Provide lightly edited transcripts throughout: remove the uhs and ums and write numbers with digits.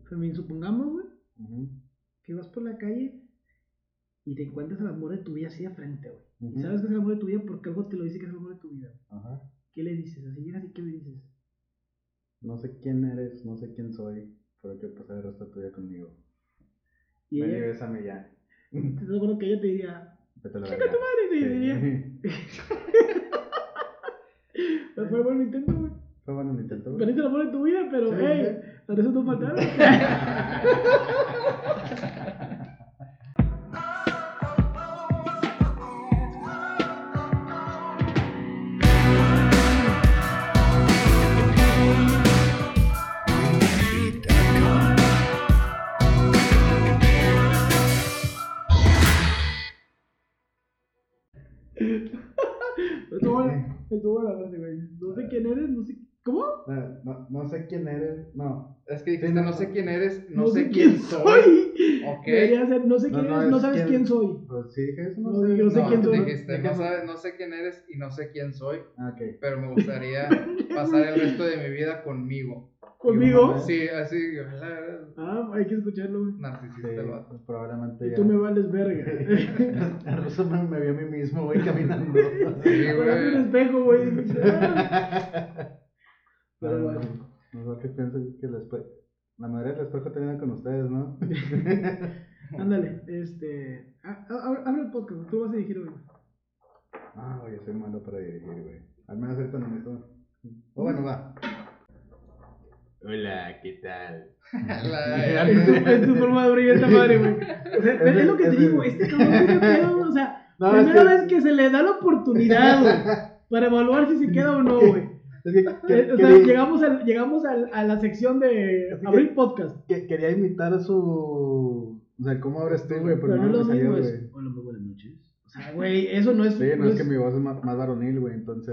Fermín, supongamos, güey, que vas por la calle y te encuentras al amor de tu vida así de frente, güey. Y sabes que es el amor de tu vida porque algo te lo dice que es el amor de tu vida. Ajá. ¿Qué le dices? Así llegas y ¿qué le dices? No sé quién eres, no sé quién soy, pero quiero pasar el resto de tu vida conmigo. Y Ven y ella, bésame ya. te acuerdo que ella te diría, Vete a la chica verga. tu madre, te Sí. diría. Fue buen intento, güey. Fue bueno el intento, güey. Perdiste el amor de tu vida, pero, Sí, hey, sí. las veces no faltaron. Estuvo buena frase, güey. No sé quién eres, no sé. ¿Cómo? No sé quién eres, no. Es que dijiste, Sí, no sé quién eres, no sé quién soy. Ok. Debería ser, no sé quién eres, no es sabes quién soy. Pues sí dije eso, No, dije, no sé No, quién soy. dijiste, no sé quién eres y no sé quién soy, Ok. pero me gustaría pasar el resto de mi vida conmigo. ¿Conmigo? Sí, así, Hay que escucharlo, güey. narcisista Sí, el vato. probablemente Y ya. tú me vales verga. El ruso me vi a mí mismo, güey, caminando. Sí, Parame un güey. espejo, güey. Pero No, bueno. no sé qué pienso que la madre del espejo termina con ustedes, ¿no? Ándale, abre el podcast, tú vas a dirigir, güey. Güey, soy malo para dirigir, güey. Al menos ahorita no me estoy. Bueno, va. Hola, ¿qué tal? Es tu forma de abrir esta madre, güey. O sea, es lo que te digo, este cabrón tiene pedo, o sea, No, primera vez que se le da la oportunidad, güey, para evaluar si se queda o no, güey. Es que O sea, llegamos a la sección de abrir podcast. quería imitar su. O sea, ¿cómo abres tú, güey? Pero no es lo me salió, mismo, güey. es hola, muy buenas noches. O sea, güey, eso no es. Sí, no es que mi voz es más varonil, güey, entonces.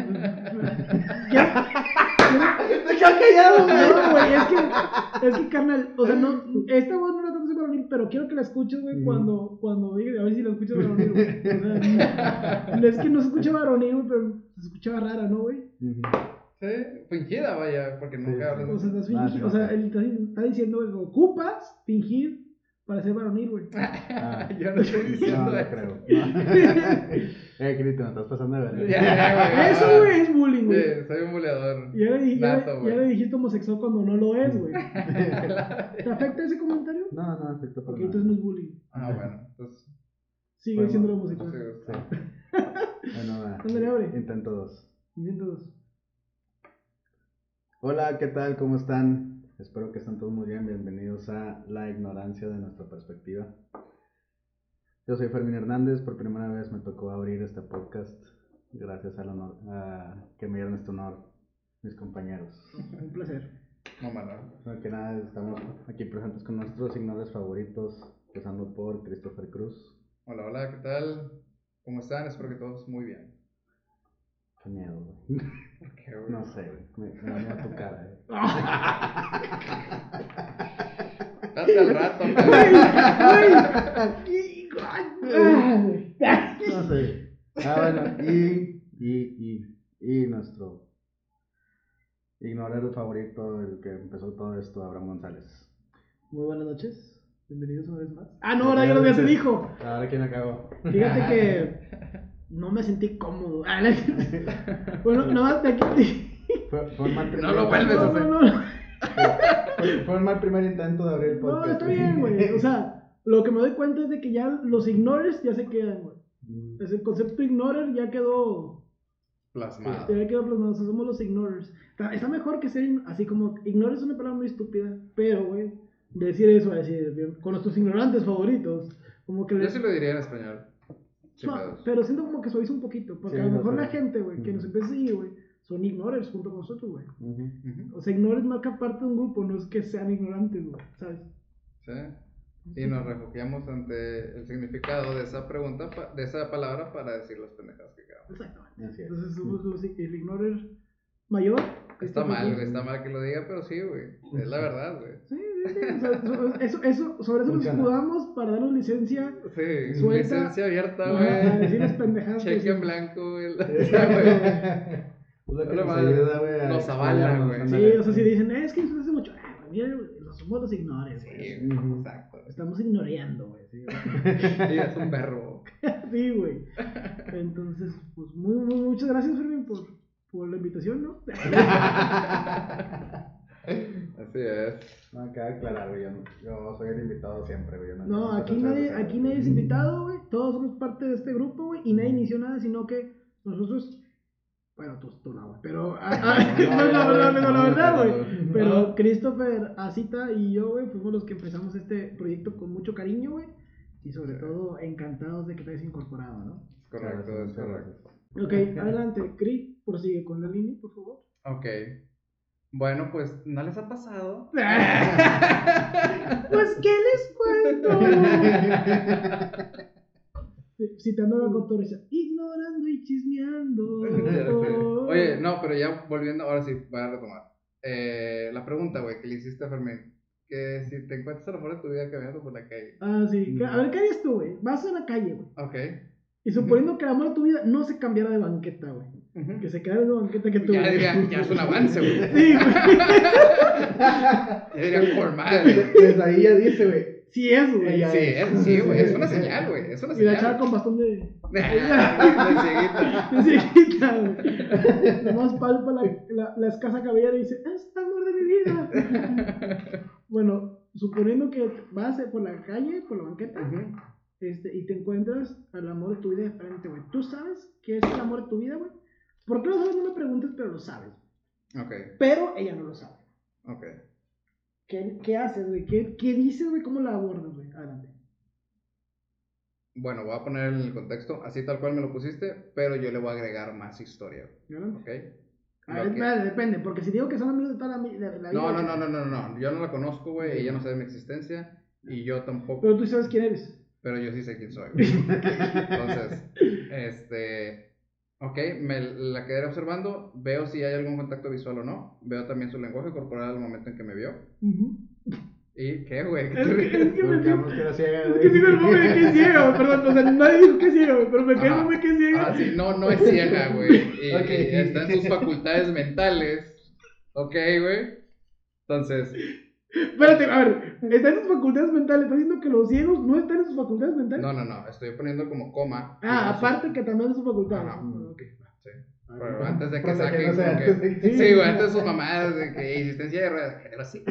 ¡Deja callado, güey! No, güey, es que, carnal, o sea, no, esta voz no la trato de varonil, pero quiero que la escuches, güey, cuando diga, a ver si la escuchas varonil, güey. O sea, es que no se escucha varonil, güey, pero se escuchaba rara, ¿no, güey? Sí, fingida, vaya, porque nunca hablas O sea, así. estás fingiendo, o sea, él está diciendo, güey, ocupas fingir para ser varonil, güey. Yo no estoy diciendo no eso. creo. No. Crito, me estás pasando de verga. Ya, Eso, güey, es bullying, güey. Sí, soy un buleador. Ya le dijiste homosexual cuando no lo es, güey. ¿Te afecta ese comentario? No afecta por Ok, nada. entonces no es bullying. Bueno, entonces. Sigue siendo homosexual. Sí. Bueno, va. Ándale, abre. Intento 2. Intento 2. Hola, ¿qué tal? ¿Cómo están? Espero que estén todos muy bien. Bienvenidos a La Ignorancia de Nuestra Perspectiva. Yo soy Fermín Hernández. Por primera vez me tocó abrir este podcast. Gracias al honor que me dieron este honor mis compañeros. Un placer. No, mano. Bueno, que nada, estamos aquí presentes con nuestros ignores favoritos, empezando por Christopher Cruz. Hola, ¿qué tal? ¿Cómo están? Espero que todos muy bien. Qué miedo, güey. ¿Por qué, güey? No sé, güey. Me da miedo tu cara, Date al rato, No sé. Bueno, y nuestro ignorero favorito, el que empezó todo esto, Abraham González. Muy buenas noches. Bienvenidos una vez más. No, ahora ya lo había dijo. Ahora quién acabó. Fíjate que no me sentí cómodo. Bueno, nada más de aquí. Fue un mal primer No lo vuelves a hacer. No. Fue un mal primer intento de abrir el podcast. No, está bien, güey. O sea, lo que me doy cuenta es de que ya los ignorers ya se quedan, güey. Ese concepto ignorer ya quedó plasmado. Ya quedó plasmado. O sea, somos los ignorers. Está mejor que ser así como ignorer es una palabra muy estúpida, pero, güey, decir eso, decir con nuestros ignorantes favoritos, como que Yo sí lo diría en español. pero siento como que suaviza un poquito, porque Sí, a lo lo mejor sé. la gente, güey, que nos empieza a seguir, güey, son ignorers junto con nosotros, güey. Uh-huh. O sea, ignorers marca parte de un grupo, no es que sean ignorantes, güey, ¿sabes? Sí. Y nos refugiamos ante el significado de esa pregunta, de esa palabra, para decir las pendejadas que queramos. Exactamente. Así es. Entonces somos el ignorer mayor. Está mal que lo diga, pero sí, güey. Es la verdad, güey. Sí. O sea, sobre eso nos escudamos para darnos licencia. Sí, suelta, licencia abierta, a güey. decir las pendejadas. Cheque en blanco, güey. Es lo que nos ayuda, güey. Nos avalan, güey. Sí, o sea, si dicen, es que eso hace mucho. Mira, somos los ignores, güey. Sí, exacto. Estamos ignoreando, güey. Sí, Sí, es un verbo. sí, güey. Entonces, pues muchas gracias, Fermín, por la invitación, ¿no? Así es. No, queda claro, güey. Yo soy el invitado siempre, güey. No, aquí nadie es invitado, güey. Todos somos parte de este grupo, güey. Y nadie inició nada, sino que nosotros. Bueno, tú no, güey. Pero. La verdad, güey. Pero Christopher, Asita y yo, güey, fuimos los que empezamos este proyecto con mucho cariño, güey. Y sobre todo, encantados de que te hayas incorporado, ¿no? Correcto, es correcto. Ok, adelante. Chris, prosigue con la línea, por favor. Ok. Bueno, pues, ¿no les ha pasado? Pues, ¿qué les cuento? Citando a la cotorriza, ignorando y chismeando. Oye, no, pero ya volviendo, ahora sí, voy a retomar. La pregunta, güey, que le hiciste a Fermín. Que si te encuentras el amor de tu vida caminando por la calle. Ah, sí. A ver, ¿qué harías tú, güey? Vas a la calle, güey. Ok. Y suponiendo que el amor de tu vida no se cambiara de banqueta, güey. Que se quedara en la banqueta que tú. Ya diría, ya es un avance, güey. Sí, güey. Ya diría, por madre. Desde ahí ya dice, güey. Sí es, güey. Sí, güey, es una señal, güey. Es una Y la señal. chava con bastón de. De cieguita. De cieguita, güey. Nomás palpa la escasa cabellera y dice, es el amor de mi vida. Bueno, suponiendo que vas por la calle, por la banqueta, y te encuentras al amor de tu vida de frente, güey. ¿Tú sabes qué es el amor de tu vida, güey? ¿Por qué lo sabes? No me preguntes, pero lo sabes. Ok. Pero ella no lo sabe. Ok. ¿Qué haces, güey? ¿Qué dices, güey? ¿Cómo la abordas, güey? Adelante. Bueno, voy a poner en el contexto, así tal cual me lo pusiste, pero yo le voy a agregar más historia. Adelante. ¿Ok? A ver, espérate, depende, porque si digo que son amigos de toda la vida. No. Yo no la conozco, güey. Ella no sabe de mi existencia. Y yo tampoco. Pero tú sabes quién eres. Pero yo sí sé quién soy, güey. Entonces, ok, me la quedé observando. Veo si hay algún contacto visual o no. Veo también su lenguaje corporal al momento en que me vio. ¿Y qué, güey? ¿Qué te ríes? Buscamos que era ciega, Es que sí me mame de que es ciega, güey. Perdón, o sea, nadie dijo que es ciega, güey. Pero me quedé mame que es ciega. Ah, sí, no es ciega, güey. Y está en sus facultades mentales. Ok, güey. Entonces. Espérate, a ver, está en sus facultades mentales. ¿Estás diciendo que los ciegos no están en sus facultades mentales? No. Estoy poniendo como coma. Ah, aparte que también en sus facultades. Ajá. Ok. Sí. Pero antes de que saquen. Antes de que- Sí, güey, antes de sus mamadas de que existencia de ruedas. Pero sí.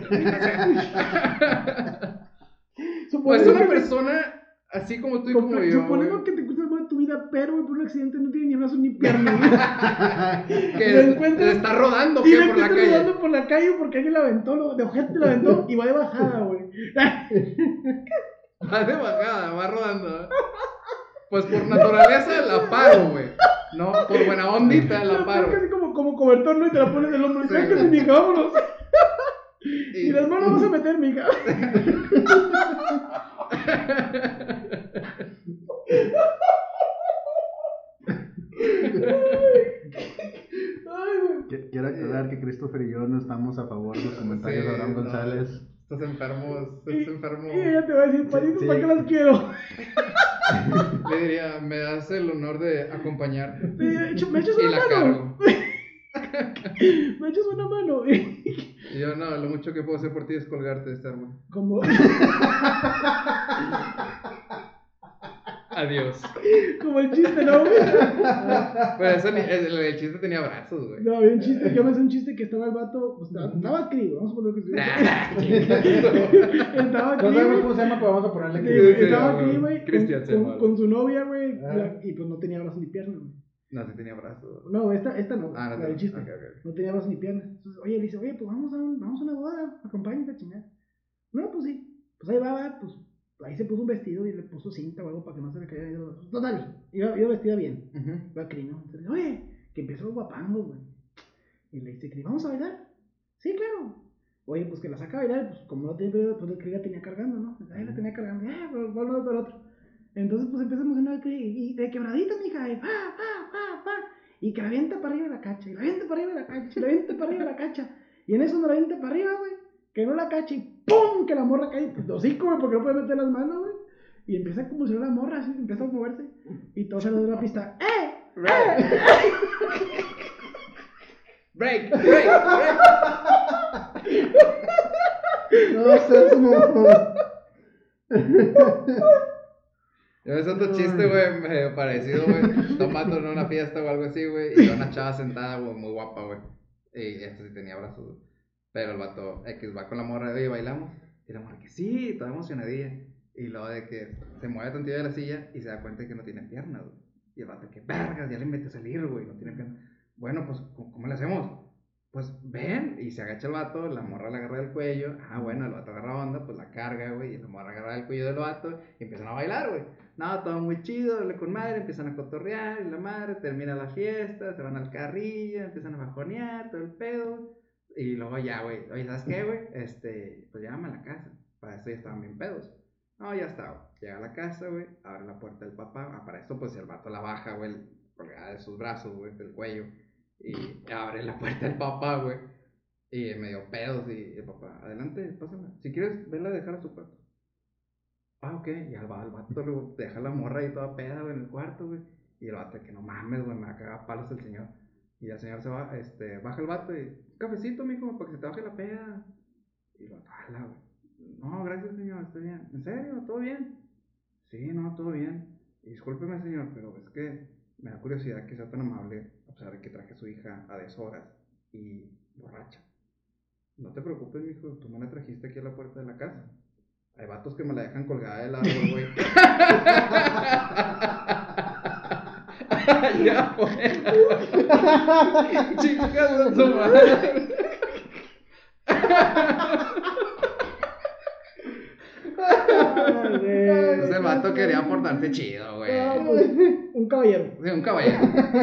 Pues una persona así como tú y como yo. Suponiendo que te encuentras el amor de tu vida, pero güey, por un accidente no tiene ni brazo ni pierna, güey. Que está rodando Y ¿qué? le Por la encuentras calle. rodando por la calle porque alguien la aventó, de ojete la aventó y va de bajada, güey. Va de bajada, va rodando. Pues por naturaleza la paro, güey. No, por buena ondita la paro. Casi como cobertor, ¿no? Y te la pones del hombro y Sí, sácate, güey. mija, vámonos. Y las manos vas a meter, mija. Quiero aclarar que Christopher y yo no estamos a favor de los comentarios de Abraham González. Estás enfermo, estás enfermo. Y ella te va a decir, palitos, Sí. ¿para qué las quiero? Le diría, me das el honor de acompañarte. Me echas Y una la mano. cargo. Me echas una mano. Y yo, no, lo mucho que puedo hacer por ti es colgarte de este árbol. Como Adiós. el chiste, ¿no, güey? Pero eso el chiste tenía brazos, güey. No, había un chiste, yo me hice un chiste que estaba el vato, pues, estaba cri, vamos a ponerlo que sí. Estaba No cri, sabemos güey. cómo se llama, pero vamos a ponerle Sí, que estaba güey. cri, güey, Cristian se llama. con su novia, güey, Ah. y pues no tenía brazos ni piernas, güey. No, sí tenía brazos. No, esta no, Ah, no, la del chiste. ok. No tenía brazos ni piernas. Entonces, oye, le dice, oye, pues vamos a una boda, acompáñate a chingar. No, pues sí. Pues ahí va, pues ahí se puso un vestido y le puso cinta o algo para que no se le cayera. Total, iba vestida bien. Uh-huh. Va Cri, ¿no? Entonces, oye, que empezó guapango, güey. Y le dice, Cri, ¿vamos a bailar? Sí, claro. Oye, pues que la saca a bailar, pues como no tenía periodo, pues el Cri la tenía cargando, ¿no? Ahí la tenía cargando, pues por un lado por otro. Entonces, pues empieza a emocionar el Cri, y de quebradita, mija, y y que la avienta para arriba de la cacha, y la avienta para arriba de la cacha, y la avienta para arriba de la cacha. Y en eso no la avienta para arriba, güey, que no la cacha, y ¡pum! Que la morra cae, pues hocico, güey, porque no puede meter las manos, güey. Y empieza a convulsionar la morra, así, empieza a moverse, y todos salen de la pista, Break. No seas mamón. Yo ves otro chiste, güey, medio parecido, güey. Está un vato en una fiesta o algo así, güey, y una chava sentada, güey, muy guapa, güey. Y esta sí tenía brazos, güey. Pero el vato X va con la morra, oye, bailamos. Y la morra que sí, toda emocionadilla. Y luego de que se mueve tantito de la silla y se da cuenta de que no tiene piernas, güey. Y el vato que vergas, ya le invité a salir, güey, no tiene piernas. Bueno, pues, ¿cómo le hacemos? Pues ven, y se agacha el vato, la morra la agarra del cuello. Ah, bueno, el vato agarra onda, pues la carga, güey. Y la morra agarra el cuello del vato y empiezan a bailar, güey. No, todo muy chido, le con madre, empiezan a cotorrear, y la madre termina la fiesta, se van al carrillo, empiezan a bajonear, todo el pedo. Y luego ya, güey, oye, ¿sabes qué, güey? Pues llévame a la casa. Para eso ya estaban bien pedos. No, ya está, güey. Llega a la casa, güey, abre la puerta del papá. Ah, para eso, pues el vato la baja, güey, colgada de sus brazos, güey, del cuello. Y abre la puerta del papá, güey. Y medio pedos, y el papá, adelante, pásala. Si quieres, vela a dejar a su cuarto. Ah, ok, ya va el vato, luego deja la morra ahí toda peda, güey, en el cuarto, güey. Y el vato, que no mames, güey, me va a cagar a palos el señor. Y el señor se va, baja el vato y, un cafecito, mijo, para que se te baje la peda. Y lo ala, güey. No, gracias, señor, estoy bien. ¿En serio? ¿Todo bien? Sí, no, todo bien. Y discúlpeme, señor, pero es que me da curiosidad que sea tan amable, a pesar de que traje a su hija a deshoras y borracha. No te preocupes, mijo, tú me la trajiste aquí a la puerta de la casa. Hay vatos que me la dejan colgada del árbol, güey. Ya, pues. Chicas de su madre. Pues el vato quería portarse chido, güey. No, pues, un caballero. Sí, un caballero.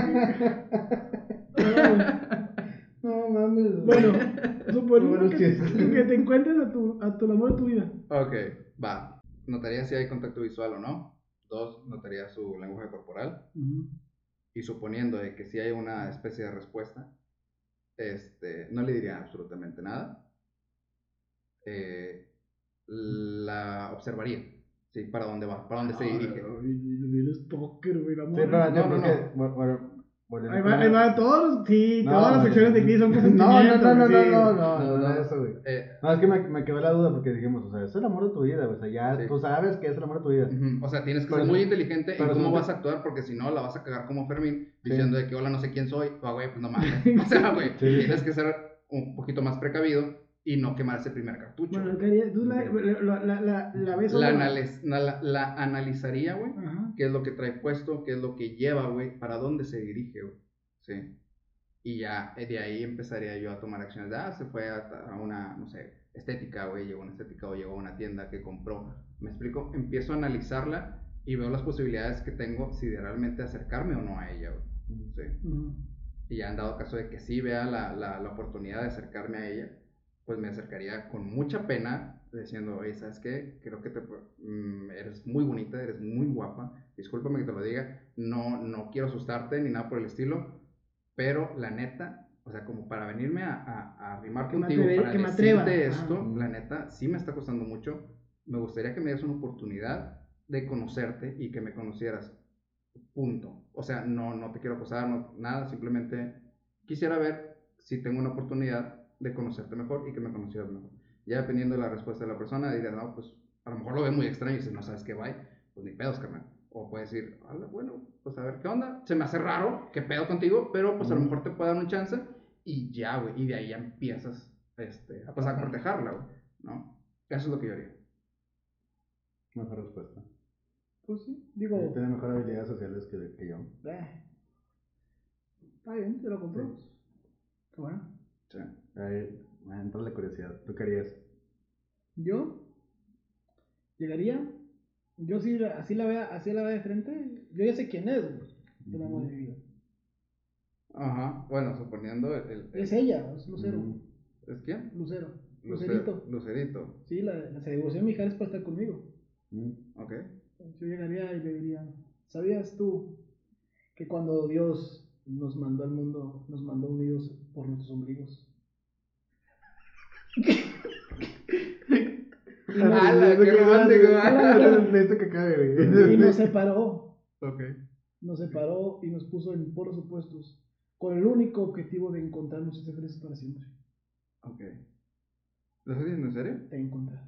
No mames. Bueno, Bueno, suponiendo que chistes. te encuentres a tu amor de tu vida. Ok, va. Notaría si hay contacto visual o no. 2, notaría su lenguaje corporal. Y suponiendo de que si hay una especie de respuesta, no le diría absolutamente nada. La observaría. Sí, para dónde va, para dónde se dirige. Vienes póker, güey, la Sí, morra. pero No, no, porque, no. bueno, Ahí va, todos No, todas las bueno. secciones de Gris son No, consentimiento. no, güey, sí, no, güey. no, no, eso, güey. No, es que me quedó la duda porque dijimos, o sea, es el amor de tu vida, güey, o sea, ya Sí. tú sabes que es el amor de tu vida. O sea, tienes que Pero ser eso- muy inteligente en pero cómo eso- vas a actuar, porque si no, la vas a cagar como Fermín, Sí. diciendo de que hola, no sé quién soy. Ah, güey, pues no mames. O sea, güey, Sí. tienes que ser un poquito más precavido y no quemar ese primer cartucho. Bueno, güey. ¿qué harías? Tú la ves La analizaría, güey. Ajá. Qué es lo que trae puesto, qué es lo que lleva, güey, para dónde se dirige, güey. Sí. Y ya de ahí empezaría yo a tomar acciones. Se fue a una, no sé, estética, güey, llegó a una estética o llegó a una tienda que compró. ¿Me explico? Empiezo a analizarla y veo las posibilidades que tengo si de realmente acercarme o no a ella, güey. Sí. Y ya han dado caso de que sí vea la oportunidad de acercarme a ella, pues me acercaría con mucha pena, diciendo, oye, ¿sabes qué? Creo que eres muy bonita, eres muy guapa, discúlpame que te lo diga, no quiero asustarte ni nada por el estilo, pero la neta, o sea, como para venirme a rimar contigo, para que me atreva. decirte esto, Ajá. la neta, sí me está costando mucho, me gustaría que me des una oportunidad de conocerte y que me conocieras. Punto. O sea, no te quiero acosar, no, nada, simplemente quisiera ver si tengo una oportunidad de conocerte mejor y que me conocieras mejor. Ya dependiendo de la respuesta de la persona, dirás, no, pues a lo mejor lo ve muy extraño y dices, no sabes qué va, pues ni pedos, carnal. O puedes decir, hola, bueno, pues a ver qué onda. Se me hace raro, qué pedo contigo, pero pues a lo mejor te puede dar un chance y ya, güey. Y de ahí ya empiezas pues, a cortejarla, güey, ¿no? Eso es lo que yo haría. Mejor respuesta. Pues sí, digo. Tiene mejor habilidades sociales que yo. Está bien, te lo compro. Sí. Qué bueno. Sí. Ahí me entra la curiosidad. ¿Tú querías? Yo llegaría. Yo sí, así la vea de frente. Yo ya sé quién es, güey. El amor de mi vida. Ajá, bueno, suponiendo Es ella, es Lucero. ¿Es quién? Lucero. Lucerito. Lucerito. Sí, se divorció de Mijares para estar conmigo. Ok. Yo llegaría y le diría, ¿sabías tú que cuando Dios nos mandó al mundo, nos mandó unidos por nuestros ombligos? ¡Hala, qué romántico! Necesito que acabe, güey. Y nos separó. Ok. Nos separó y nos puso en polos opuestos con el único objetivo de encontrarnos y ser felices para siempre. Ok. ¿Lo estás diciendo en serio? Te encontré.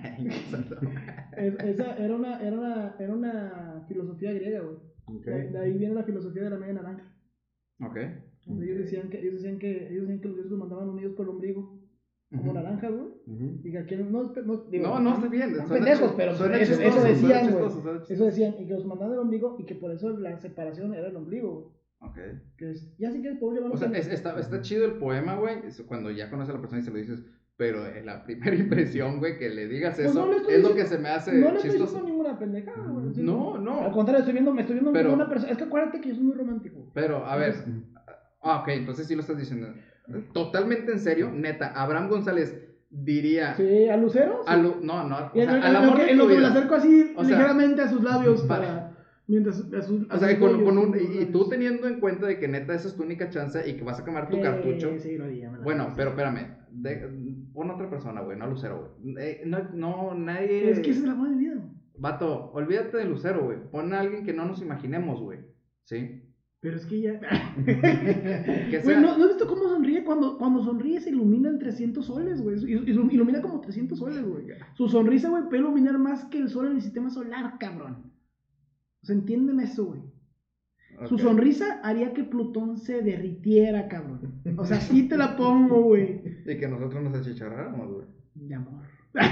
Esa era una filosofía griega, güey. Okay. De ahí viene la filosofía de la media naranja. Ok. Ellos decían que los dioses los mandaban unidos por el ombligo, como naranjas, güey. Y que aquí no está bien. Son pendejos, pero suena eso chistoso, decían, suena güey. chistoso. Eso decían, y que los mandaban del ombligo y que por eso la separación era el ombligo, güey. Ok. Que es, ya sí que podemos llamarlo. O sea, está chido el poema, güey, cuando ya conoces a la persona y se lo dices, pero en la primera impresión, güey, que le digas Pues eso, no le estoy es lo diciendo- que se me hace No le estoy chistoso. diciendo ninguna pendejada, güey. No. Al contrario, me estoy viendo Pero- como una persona. Es que acuérdate que yo soy muy romántico. Pero, a ver, ok, entonces sí lo estás diciendo. Totalmente en serio, neta, Abraham González diría... Sí, ¿a Lucero? Sí. No, o Y sea, al amor de en lo tu que me vida. lo acerco así O sea, ligeramente a sus labios vale. para. Mientras O sea, y tú teniendo en cuenta de que neta esa es tu única chance y que vas a quemar tu cartucho. Sí, lo haría. Bueno, pero espérame. Pon otra persona, güey, no a Lucero, güey. Nadie. Es que ese es el amor de mi vida, güey. Vato, olvídate de Lucero, güey. Pon a alguien que no nos imaginemos, güey. ¿Sí? Pero es que ya. Que Güey, sea. ¿no has visto cómo sonríe? Cuando sonríe se iluminan 300 soles, güey. Ilumina como 300 soles, güey. Su sonrisa, güey, puede iluminar más que el sol en el sistema solar, cabrón. O sea, entiéndeme eso, güey. Okay. Su sonrisa haría que Plutón se derritiera, cabrón. O sea, sí te la pongo, güey. Y que nosotros nos achicharráramos, güey. De amor.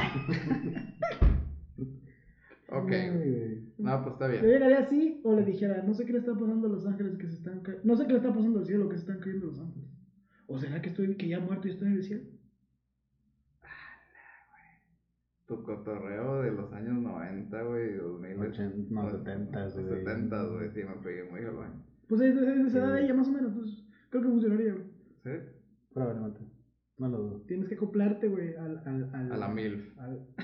Ok, güey. No, pues está Yo bien. llegaría así o le dijera, no sé qué le está pasando a los ángeles que se están cayendo. No sé qué le está pasando al cielo que se están cayendo los ángeles. ¿O será que ya muerto y estoy en el cielo? Tu cotorreo de los años 90, güey, 2000. 80, no, 70, güey. 70, güey, sí, me pegué muy al baño. Pues es de esa edad de ella, más o menos. Pues creo que funcionaría, güey. ¿Sí? Probablemente. No lo dudo. Tienes que acoplarte, güey, A la MILF.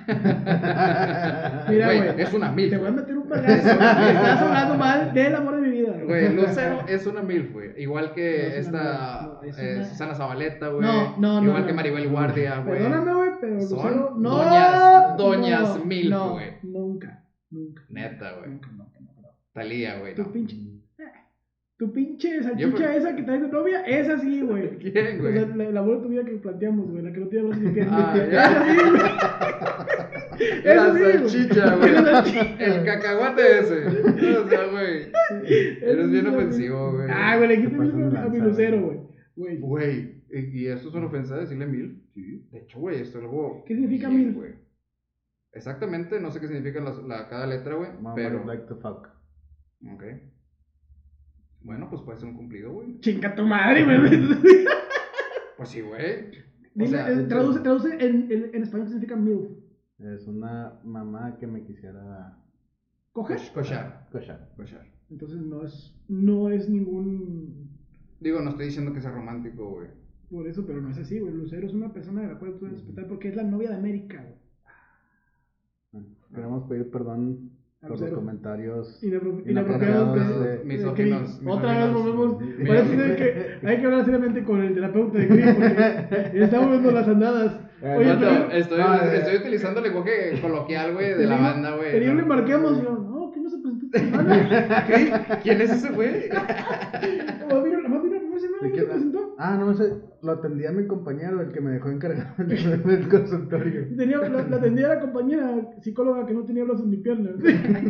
Mira, Güey, güey. es una MILF. Te voy a güey. meter un bagazo. Estás hablando mal del amor de mi vida. Güey, Lucero es una MILF, güey. Igual que No, es una esta MILF, no, es una- Susana Zabaleta, güey. No, Igual que no. Maribel Guardia, güey. Perdóname, güey, pero Son Lucero. No, doñas MILF, no, güey. Nunca. Neta, güey. Nunca. Talía, güey, Tu no. pinche salchicha Yo- esa que traes de novia, esa sí, güey. ¿Quién, O güey? sea, el amor de tu vida que planteamos, güey, la que no tiene brazos ni piernas. Ah, Esa sí, güey. La Esa sí, güey. salchicha, güey. La salchicha. El cacahuate ese. O sea, güey. Eres bien ofensivo, güey. Ah, güey, le dijiste Te pasas de a mi lanza, Lucero, güey. güey. Güey, ¿y eso es una ofensa decirle MILF? Sí. De hecho, güey, esto es algo. ¿Qué significa bien, MILF? güey. Exactamente, no sé qué significa cada letra, güey. Mama Pero. would like to fuck. Ok. Bueno, pues puede ser un cumplido, güey. Chinga tu madre, güey. Pues sí, güey. O Dime, sea, traduce en español significa MILF. Es una mamá que me quisiera ¿Coger? Cochar. cochar. Entonces no es ningún. Digo, no estoy diciendo que sea romántico, güey. Por eso, pero no es así, güey. Lucero es una persona de la cual tú debes respetar porque es la novia de América, güey. Queremos pedir perdón A por los Lucero. comentarios Inapropiados de misóginos. Otra vez volvemos. Misóginos. Parece ser que hay que hablar seriamente con el terapeuta de Chris porque le estamos viendo las andadas. Oye, Vato, pero estoy utilizando lenguaje coloquial, güey, de la banda, güey. pero yo le marquemos. Yo, no, que no se presentó esta semana. ¿Quién es ese güey? Nomás vino la primera semana y no se presentó. Ah, no sé, lo atendía mi compañero, el que me dejó encargado del consultorio. La atendía la compañera psicóloga que no tenía brazos ni piernas.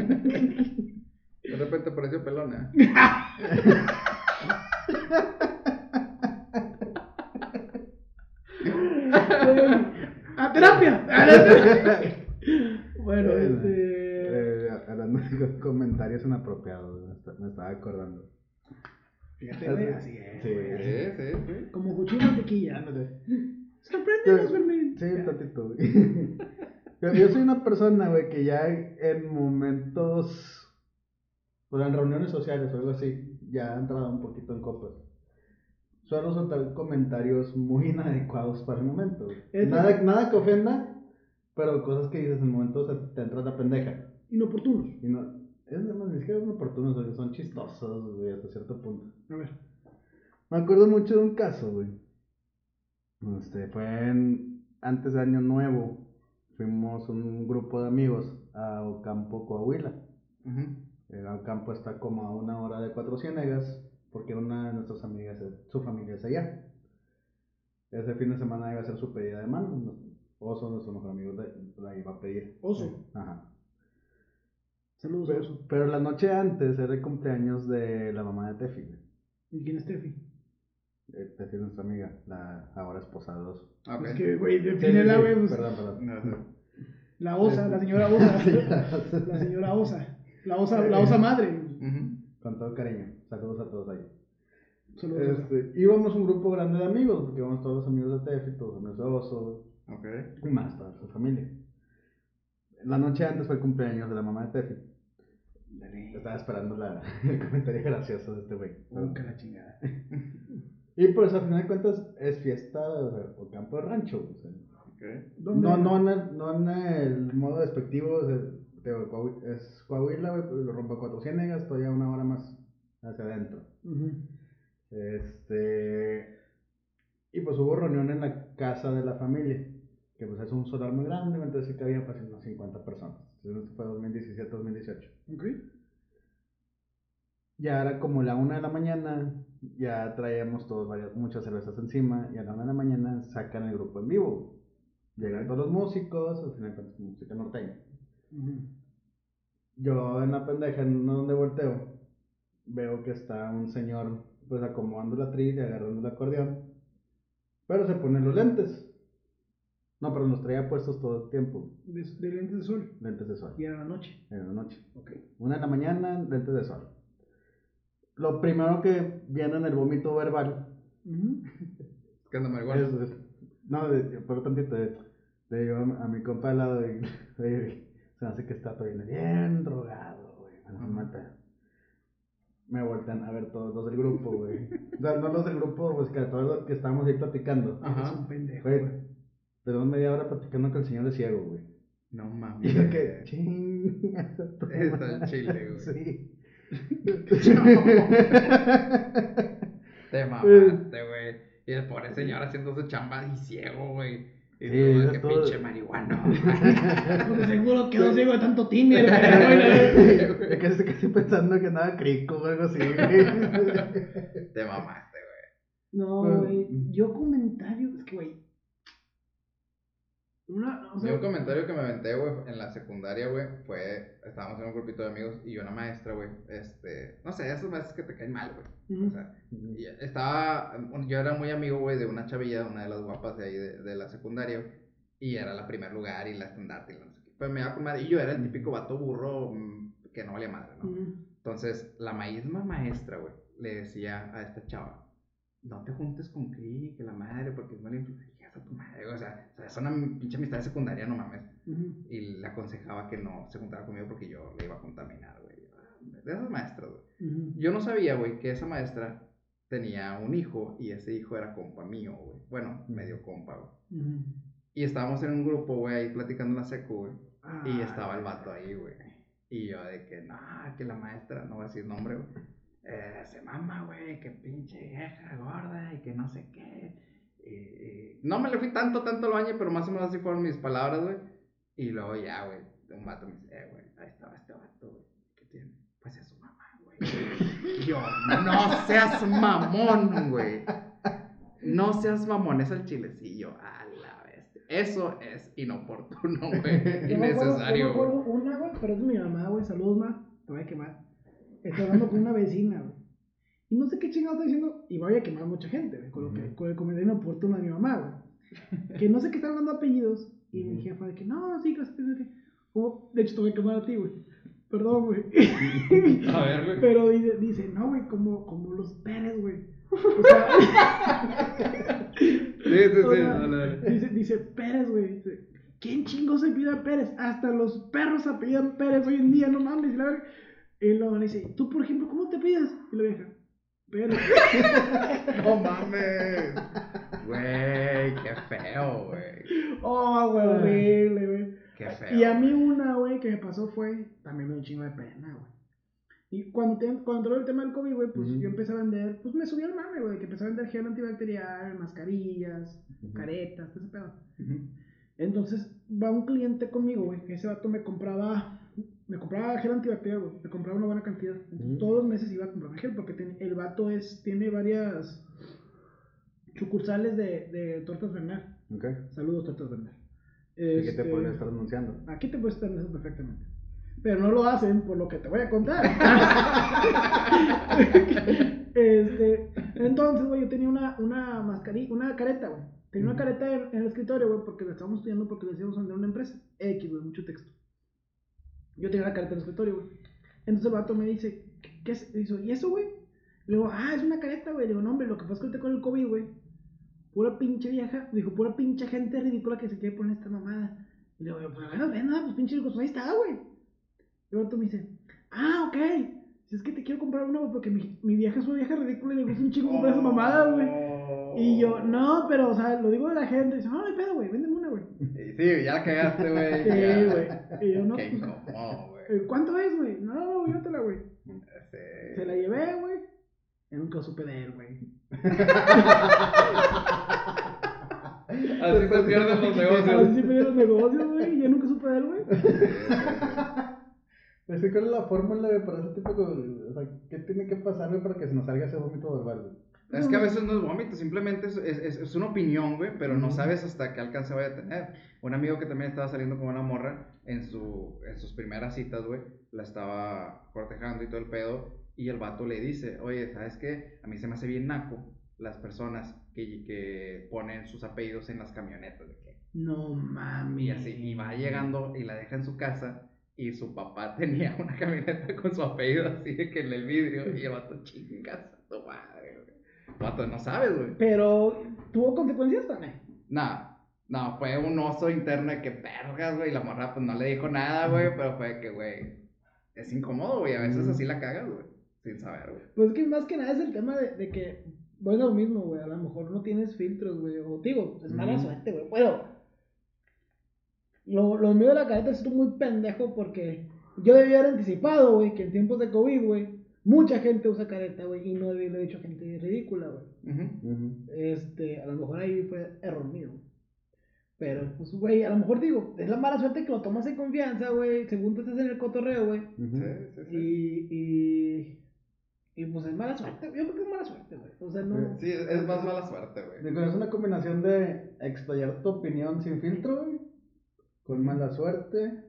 De repente pareció pelona. ¡A terapia! Bueno, Hablando de comentarios inapropiados, me estaba acordando. Fíjate, güey, así es. Sí. Como cuchillo de mantequilla. Sorpréndenos, Fermín. Sí, tantito, güey. Yo soy una persona, güey, que ya en momentos, pues en reuniones sociales o algo así, ya ha entrado un poquito en copas. Suelo soltar comentarios muy inadecuados para el momento, güey. Nada que ofenda, pero cosas que dices en el momento te entra la pendeja. Inoportunos. Y no, ni siquiera son oportunos, güey, son chistosos, güey, hasta cierto punto. A ver. Me acuerdo mucho de un caso, güey. Fue antes de Año Nuevo. Fuimos un grupo de amigos a Ocampo, Coahuila. Ocampo está como a 1 hora de Cuatro Ciénegas, porque una de nuestras amigas, su familia es allá. Ese fin de semana iba a ser su pedida de mano. Oso, nuestro mejor amigo, la iba a pedir. Oso. Ajá. Saludos, Oso. Pero la noche antes era el cumpleaños de la mamá de Tefi, güey. ¿Y quién es Tefi? Tefi es nuestra amiga, la ahora esposa de Oso. Ok. Es que, güey, defínela, güey. Pues, Perdón. No sé. la Osa, la señora Osa. La señora Osa. La Osa madre. Ujú. Con todo cariño. Saludos a todos ahí. Saludos, Osa. Íbamos un grupo grande de amigos, porque íbamos todos los amigos de Tefi, todos los amigos de Oso, Ok. y más toda su familia. La noche antes fue el cumpleaños de la mamá de Tefi. Estaba esperando el comentario gracioso de este güey. Que la chingada. Y pues al final de cuentas es fiesta, o campo de rancho. O sea, Ok. ¿Dónde? no en el modo despectivo, o sea, es Coahuila, güey, pues lo rompo a Cuatro Ciénegas, todavía una hora más hacia adentro. Y pues hubo reunión en la casa de la familia, que pues es un solar muy grande, entonces sí que había pues unas 50 personas. Entonces esto fue 2017-2018. Ok. Ya era como la 1 de la mañana, ya traíamos todos muchas cervezas encima, y a la 1 de la mañana sacan el grupo en vivo. Llegan todos los músicos, al final cuentas música norteña. Yo en la pendeja, no donde volteo, veo que está un señor pues acomodando la tril y agarrando el acordeón, pero se pone los lentes. No, pero los traía puestos todo el tiempo. De lentes de sol. Lentes de sol. Y era la noche. En la noche. Ok. 1 de la mañana, lentes de sol. Lo primero que viene en el vómito verbal Es que anda marihuana. no, por tantito, le digo a mi compa al lado y se me hace que está todavía bien drogado, güey. Me voltean a ver todos los del grupo, güey. O sea, no los del grupo, pues que todos los que estábamos ahí platicando. Es un pendejo, Güey, güey. tenemos media hora platicando que el señor es ciego, güey. No Y mames. yo que, ching. Está el chile, güey. Sí. Te mamaste, güey. Y el pobre señor haciendo su chamba y ciego, güey. Y Sí, todo, es que todo- pinche marihuano. Pues de seguro quedó ciego de tanto tiner, güey. Me quedé casi pensando que andaba crico o algo así, güey. Te mamaste, güey. No, güey. Yo comentario, es que, güey. Yo un comentario que me aventé, güey, en la secundaria, güey, fue, estábamos en un grupito de amigos y una maestra, güey, no sé, esos maestros que te caen mal, güey. O sea, yo era muy amigo, güey, de una chavilla, una de las guapas de ahí de la secundaria, güey, y era la primer lugar y la estandarte y la no sé qué. Pues me iba con madre, y yo era el típico vato burro que no valía madre, ¿no? Entonces, la misma maestra, güey, le decía a esta chava, no te juntes con Cri, que la madre, porque es mala influencia a tu madre, o sea, es una pinche amistad de secundaria, no mames. Y le aconsejaba que no se juntara conmigo porque yo le iba a contaminar, güey. De esas maestras, güey. Yo no sabía, güey, que esa maestra tenía un hijo y ese hijo era compa mío, güey. Bueno, medio compa, güey. Y estábamos en un grupo, güey, ahí platicando en la secu, güey. Y estaba el vato ahí, güey. Y yo de que, no, que la maestra, no voy a decir nombre, güey. Se mama, güey, que pinche vieja gorda y que no sé qué. No me le fui tanto al baño, pero más o menos así fueron mis palabras, güey. Y luego ya, güey, un vato me dice, güey, ahí estaba este vato, güey. ¿Qué tiene? Pues es su mamá, güey. Y yo, no seas mamón, güey. No seas mamón, es el chilecillo. A la bestia. Eso es inoportuno, güey. Innecesario, Yo me acuerdo una, güey, pero es mi mamá, güey. Saludos, ma. Te voy a quemar. Estoy hablando con una vecina, güey. Y no sé qué chingado está diciendo. Y voy a quemar a mucha gente, güey. Con el comentario inoportuno de mi mamá, güey. Que no sé qué está hablando apellidos. Y mi jefa de que no, sí, que de hecho, te voy a quemar a ti, güey. Perdón, güey. A ver, güey. Pero dice, no, güey, como los Pérez, güey. O sea. Sí, dale. Dice Pérez, güey. ¿Quién chingo se pide a Pérez? Hasta los perros apellidan Pérez hoy en día, no mames. Y la verga. Y luego le dice, tú, por ejemplo, ¿cómo te pides? Y la vieja, Pérez. No mames. Güey, qué feo, güey. Oh, güey, horrible, güey. Qué feo. Y a mí una, güey, que me pasó fue, también me dio un chingo de pena, güey. Y cuando entró el tema del COVID, güey, pues yo empecé a vender, pues me subí al mame, güey, que empecé a vender gel antibacterial, mascarillas, caretas, todo ese pedo. Entonces va un cliente conmigo, güey, que ese vato me compraba gel antibacterial, güey, me compraba una buena cantidad. Entonces, todos los meses iba a comprar gel porque el vato tiene varias sucursales de Tortas Bernal. Okay. Saludos, Tortas Bernal. ¿Y qué te podría estar anunciando? Aquí te puedes estar anunciando perfectamente. Pero no lo hacen por lo que te voy a contar. Entonces, güey, yo tenía una mascarilla, una careta, güey. Tenía una careta en el escritorio, güey, porque la estábamos estudiando porque le decíamos vender una empresa. X, güey, mucho texto. Yo tenía la careta en el escritorio, güey. Entonces el vato me dice, ¿qué es eso? ¿Y eso, güey? Le digo, es una careta, güey. Le digo, no, hombre, lo que pasa es que ahorita con el COVID, güey, pura pinche vieja, dijo, pura pinche gente ridícula que se quiere poner esta mamada. Y le digo, pues bueno, ven, nada, pues pinche, pues ahí está, güey. Y el vato me dice, ok. Si es que te quiero comprar una, güey, porque mi vieja es una vieja ridícula y le gusta un chingo comprar esa mamada, güey. Y yo, no, pero, o sea, lo digo de la gente. Y dice, no, no hay pedo, güey, véndeme una, güey. Sí, ya la cagaste, güey. Sí, güey. Y yo, no. Qué incómodo, güey. ¿Cuánto es, güey? No, llévatela, güey. Sí. Se la llevé, güey. Y nunca supe de él, güey. Así se pierden los negocios. Así se pierden los negocios, güey. Y yo nunca supe de él, güey. ¿Cuál es la fórmula, güey, para ese tipo de... O sea, ¿qué tiene que pasar, güey, para que se nos salga ese vómito verbal, güey? Es que a veces no es vómito, simplemente es una opinión, güey, pero no sabes hasta qué alcance vaya a tener. Un amigo que también estaba saliendo con una morra en sus primeras citas, güey, la estaba cortejando y todo el pedo, y el vato le dice, oye, ¿sabes qué? A mí se me hace bien naco las personas que ponen sus apellidos en las camionetas, de que... No mames. Y así, y va llegando y la deja en su casa, y su papá tenía una camioneta con su apellido así de que en el vidrio, y el vato, chingas a tu madre, güey. Vato, no sabes, güey. Pero, ¿tuvo consecuencias también? No, fue un oso interno de que vergas, güey. Y la morra, pues no le dijo nada, güey. Pero fue que, güey, es incómodo, güey. A veces así la cagas, güey. Sin saber, güey. Pues que más que nada es el tema de que, bueno, lo mismo, güey. A lo mejor no tienes filtros, güey. O digo, es mala suerte, güey. Bueno, lo mío de la careta es muy pendejo porque yo debía haber anticipado, güey, que en tiempos de COVID, güey, mucha gente usa careta, güey, y no debí haber dicho gente ridícula, güey. A lo mejor ahí fue error mío. Pero, pues, güey, a lo mejor digo, es la mala suerte que lo tomas en confianza, güey, según tú estás en el cotorreo, güey. Sí. Y pues es mala suerte, yo creo que es mala suerte, güey. O sea, no. Sí, es más mala suerte, güey. Es una combinación de explayar tu opinión sin filtro, güey, con mala suerte.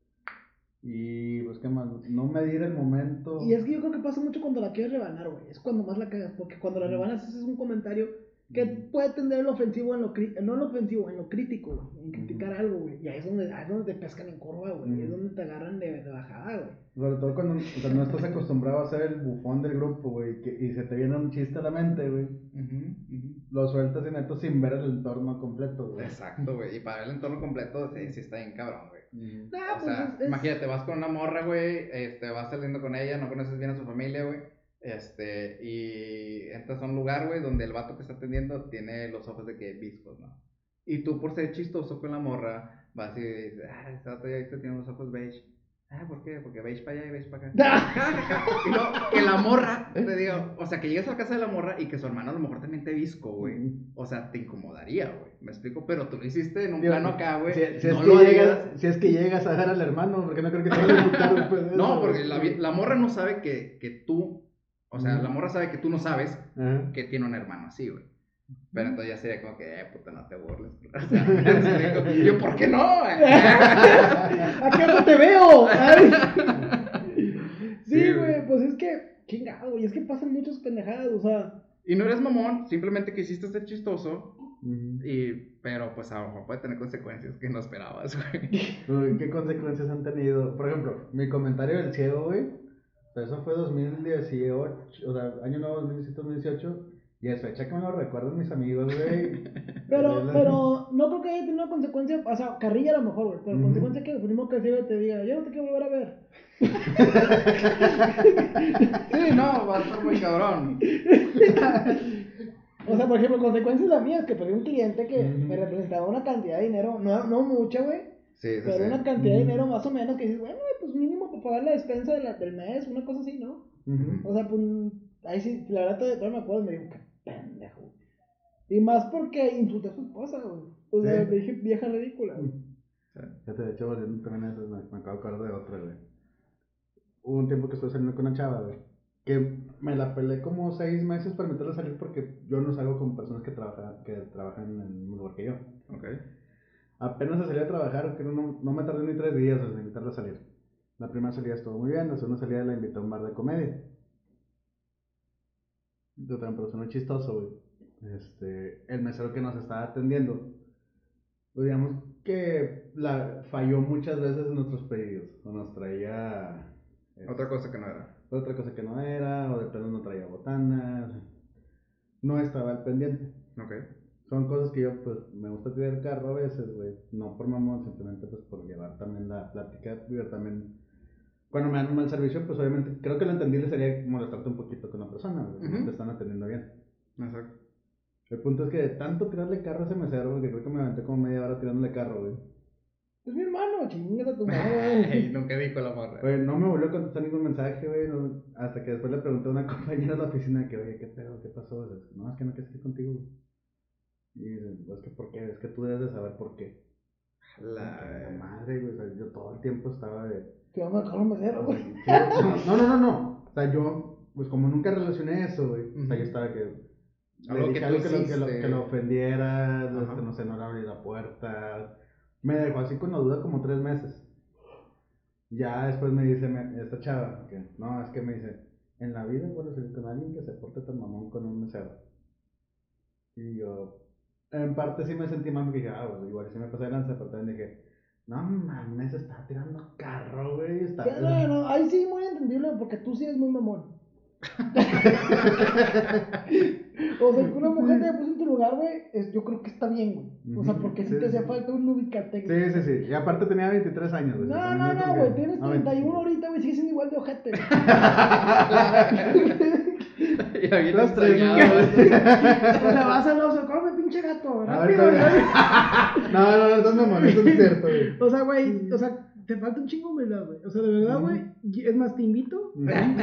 Y pues qué más, no medir el momento. Y es que yo creo que pasa mucho cuando la quieres rebanar, güey. Es cuando más la cagas, porque cuando la rebanas haces un comentario que puede tender en lo ofensivo, no en lo ofensivo, en lo crítico, güey. En criticar algo, güey. Y ahí es donde te pescan en curva, güey. Es donde te agarran de bajada, güey. Sobre todo cuando no estás acostumbrado a ser el bufón del grupo, güey, y se te viene un chiste a la mente, güey. Lo sueltas y neto sin ver el entorno completo, güey. Exacto, güey. Y para ver el entorno completo, sí está bien cabrón, güey. Nah, O sea, imagínate, vas con una morra, güey, vas saliendo con ella, no conoces bien a su familia, güey, y entras a un lugar, güey, donde el vato que está atendiendo tiene los ojos de que viscos, ¿no? Y tú, por ser chistoso con la morra, vas y dices, ese vato ya viste, tiene los ojos beige. ¿Por qué? Porque beige para allá y beige para acá. Y luego, que la morra, te digo, o sea, que llegues a la casa de la morra y que su hermano a lo mejor también te visco, güey. O sea, te incomodaría, güey. ¿Me explico? Pero tú lo hiciste en un plano acá, güey. Si es que llegas a ver al hermano, porque no creo que te vayas a invitar después de eso. No, porque la morra no sabe que tú, o sea, la morra sabe que tú no sabes que tiene un hermano así, güey. Pero entonces ya sería como que, puta, no te burles. O sea, yo, ¿por qué no? ¿A qué no te veo? Sí, güey, pues es que, chingado, güey, es que pasan muchas pendejadas, o sea. Y no eres mamón, simplemente quisiste ser chistoso, pero pues a lo mejor puede tener consecuencias que no esperabas, güey. ¿Qué consecuencias han tenido? Por ejemplo, mi comentario del ciego, güey, eso fue 2018, o sea, año nuevo 2017-2018. Y es fecha que me lo recuerdan mis amigos, güey. Pero no creo que haya tenido consecuencia, o sea, carrilla a lo mejor, güey, pero consecuencia que el primo que se te diga, yo no te quiero volver a ver. Sí, no, va a estar muy cabrón. O sea, por ejemplo, consecuencias las mías, que perdí un cliente que me representaba una cantidad de dinero, no mucha, güey. Sí, pero una cantidad de dinero más o menos que dices, bueno, pues mínimo para pagar la despensa del mes, una cosa así, ¿no? O sea, pues, ahí sí, la verdad todavía me acuerdo, me dijo, qué pendejo. Y más porque insulté a su esposa, güey. O sea, le dije vieja ridícula, güey. Fíjate, de hecho, volviendo también a eso, me acabo de acordar de otra, güey. Hubo un tiempo que estuve saliendo con una chava, güey, que me la peleé como 6 meses para meterla a salir porque yo no salgo con personas que trabajan en el mismo lugar que yo. Ok. apenas se salió a trabajar, que no me tardé ni 3 días en invitarla a salir. La primera salida estuvo muy bien, la segunda salida la invité a un bar de comedia. Yo también, pero sonó chistoso, güey. El mesero que nos estaba atendiendo, pues digamos que falló muchas veces en nuestros pedidos. O nos traía Otra cosa que no era. otra cosa que no era, o de plano no traía botana. No estaba al pendiente. Ok. Son cosas que yo, pues, me gusta tener carro a veces, güey. No por mamón, simplemente, pues, por llevar también la plática. Yo también, cuando me dan un mal servicio, pues, obviamente, creo que lo entendible sería molestarte un poquito con la persona, güey. No te están atendiendo bien. Exacto. El punto es que de tanto tirarle carro a ese mesero, güey, que creo que me aventé como media hora tirándole carro, güey. Es mi hermano, chingada tu madre. Nunca dijo la morra. Güey, no me volvió a contestar ningún mensaje, güey. Hasta que después le pregunté a una compañera de la oficina que, oye, ¿qué pedo? ¿Qué pasó? No, es que no quiero estar contigo, güey. Y dice, pues, que ¿por qué? Es que tú debes de saber por qué. La madre, güey, o sea, yo todo el tiempo estaba de... Que vamos a dejar un mesero, güey. No. O sea, yo, pues como nunca relacioné eso, güey. O sea, yo estaba que... Algo Le que dije tú algo hiciste. que lo ofendiera, Ajá. no sé, no le abrí la puerta. Me dejó así con la duda como 3 meses. Ya después me dice esta chava, que no, es que me dice, en la vida vuelvo a salir con alguien que se porte tan mamón con un mesero. Y yo, en parte sí me sentí mal porque dije, pues igual sí me pasé de lanza, pero también dije, no mames, está tirando carro, güey. No, ahí sí muy entendible porque tú sí eres muy mamón. O sea, que una mujer te puso en tu lugar, güey, yo creo que está bien, güey. O sea, porque sí te hacía falta un ubicatec. Sí. Y aparte tenía 23 años, güey. No, güey, tienes 31 ahorita, güey, sigues siendo igual de ojete. Ya bien Los tres, ensañado. O sea, vas al oso, come pinche gato, rápido, güey. No, estás mamón, eso es cierto, güey. O sea, güey, o sea, te falta un chingo de humildad, güey. O sea, de verdad, güey, es más, te invito.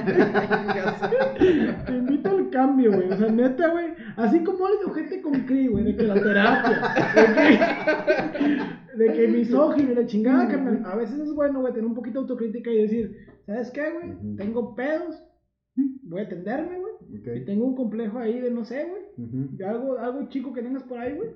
Te invito al cambio, güey. O sea, neta, güey. Así como eres de ojete con Cri, güey, de que la terapia. De que misógino y la chingada, carnal. A veces es bueno, güey, tener un poquito de autocrítica y decir, ¿sabes qué, güey? Tengo pedos. Voy a atenderme, güey. Okay. Y tengo un complejo ahí de no sé, güey. De algo chico que tengas por ahí, güey.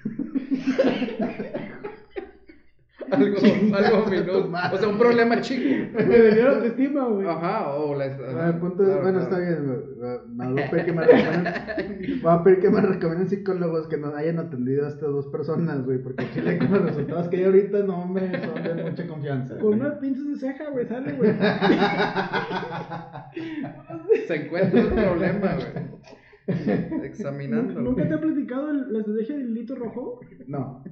algo minúsculo. O sea, un problema chico. Me venía la autoestima, güey. Ajá, o la. El punto es, bueno, está bien. Voy a pedir que me recomienden psicólogos que nos hayan atendido a estas 2 personas, güey. Porque Chile, con los resultados que hay ahorita, no me son de mucha confianza. Con unas pinzas de ceja, güey, sale, güey. Se encuentra el problema, güey. Examinándolo. ¿Nunca te ha platicado la estrategia del hilito rojo? No.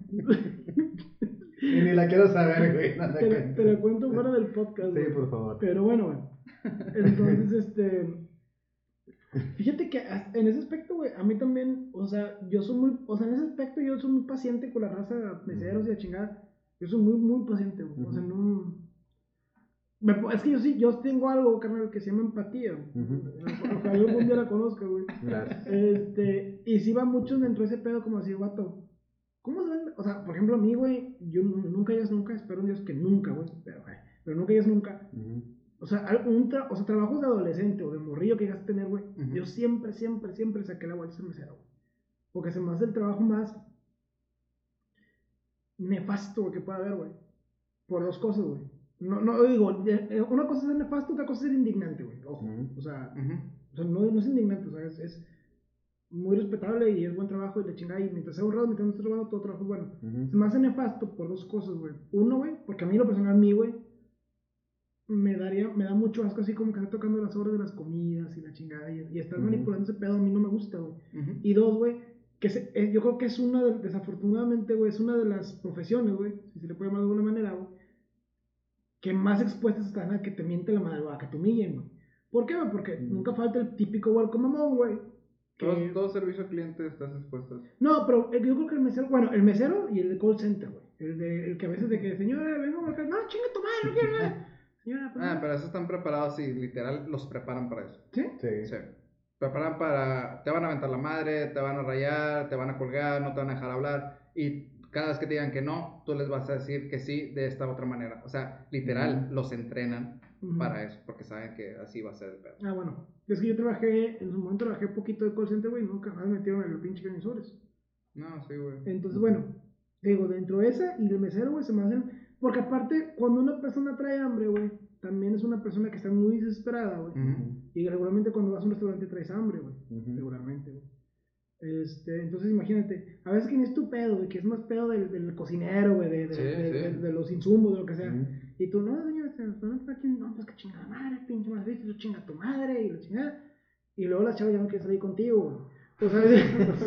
Y ni la quiero saber, güey. No te la cuento fuera del podcast. Sí, güey. por favor. Pero bueno, güey. Entonces, fíjate que en ese aspecto, güey, a mí también, o sea, en ese aspecto yo soy muy paciente con la raza de meseros y la chingada. Yo soy muy, muy paciente, güey. O sea, no... Es que yo tengo algo, carnal, que se llama empatía. Ojalá algún día la conozca, güey. Gracias. Y sí va mucho dentro de ese pedo como así, vato. ¿Cómo se ven? O sea, por ejemplo, a mí, güey, yo nunca digas nunca, espero en Dios que nunca, güey. Pero nunca digas nunca. O sea, trabajos de adolescente o de morrillo que llegas a tener, güey. Yo siempre saqué la vuelta al mesero, güey. Porque se me hace el trabajo más nefasto, güey, que pueda haber, güey. Por 2 cosas, güey. No digo, una cosa es ser nefasto, otra cosa es ser indignante, güey. Ojo. O sea, no es indignante, o sea, es muy respetable y es buen trabajo y la chingada. Y mientras sea honrado, mientras no esté robando, todo trabajo es bueno. Se me hace nefasto por 2 cosas, güey. Uno, güey, porque a mí lo personal, güey, me da mucho asco así como que está tocando las horas de las comidas y la chingada. Y estar manipulando ese pedo a mí no me gusta, güey. Y 2, güey, yo creo que es desafortunadamente, güey, es una de las profesiones, güey, si se le puede llamar de alguna manera, güey, que más expuestas están a que te miente la madre, o a que te humillen, güey. ¿Por qué, güey? Porque nunca falta el típico welcome mamón, güey. Todo servicio al cliente estás expuesto. No, pero yo creo que el mesero y el de call center, güey. El que a veces de que, señora, vengo a marcar, no, chinga tu madre, no quiero nada. Señora, pues, pero esos están preparados y literal los preparan para eso. ¿Sí? Sí. Preparan te van a aventar la madre, te van a rayar, te van a colgar, no te van a dejar hablar. Y cada vez que te digan que no, tú les vas a decir que sí de esta otra manera. O sea, literal, los entrenan para eso, porque saben que así va a ser el pedo. Bueno, es que yo en su momento trabajé poquito de call center, güey, nunca me metieron en el pinche cañosores. No, sí, güey. Entonces, bueno, Digo, dentro de esa y del mesero, güey, se me hacen. Porque aparte, cuando una persona trae hambre, güey, también es una persona que está muy desesperada, güey. Y regularmente cuando vas a un restaurante traes hambre, güey. Regularmente, güey. Entonces imagínate, a veces que no es tu pedo, güey, que es más pedo del cocinero, güey, de los insumos, de lo que sea. Y tú, no, señor, no, pues que chingada madre, pinche más visto, chinga tu madre, y la chingada. Y luego la chava ya no quiere salir contigo, güey. Pues, ¿sabes?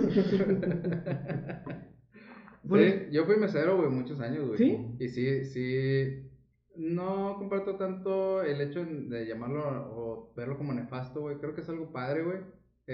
Sí, yo fui mesero, güey, muchos años, güey. ¿Sí? Y sí, no comparto tanto el hecho de llamarlo o verlo como nefasto, güey. Creo que es algo padre, güey.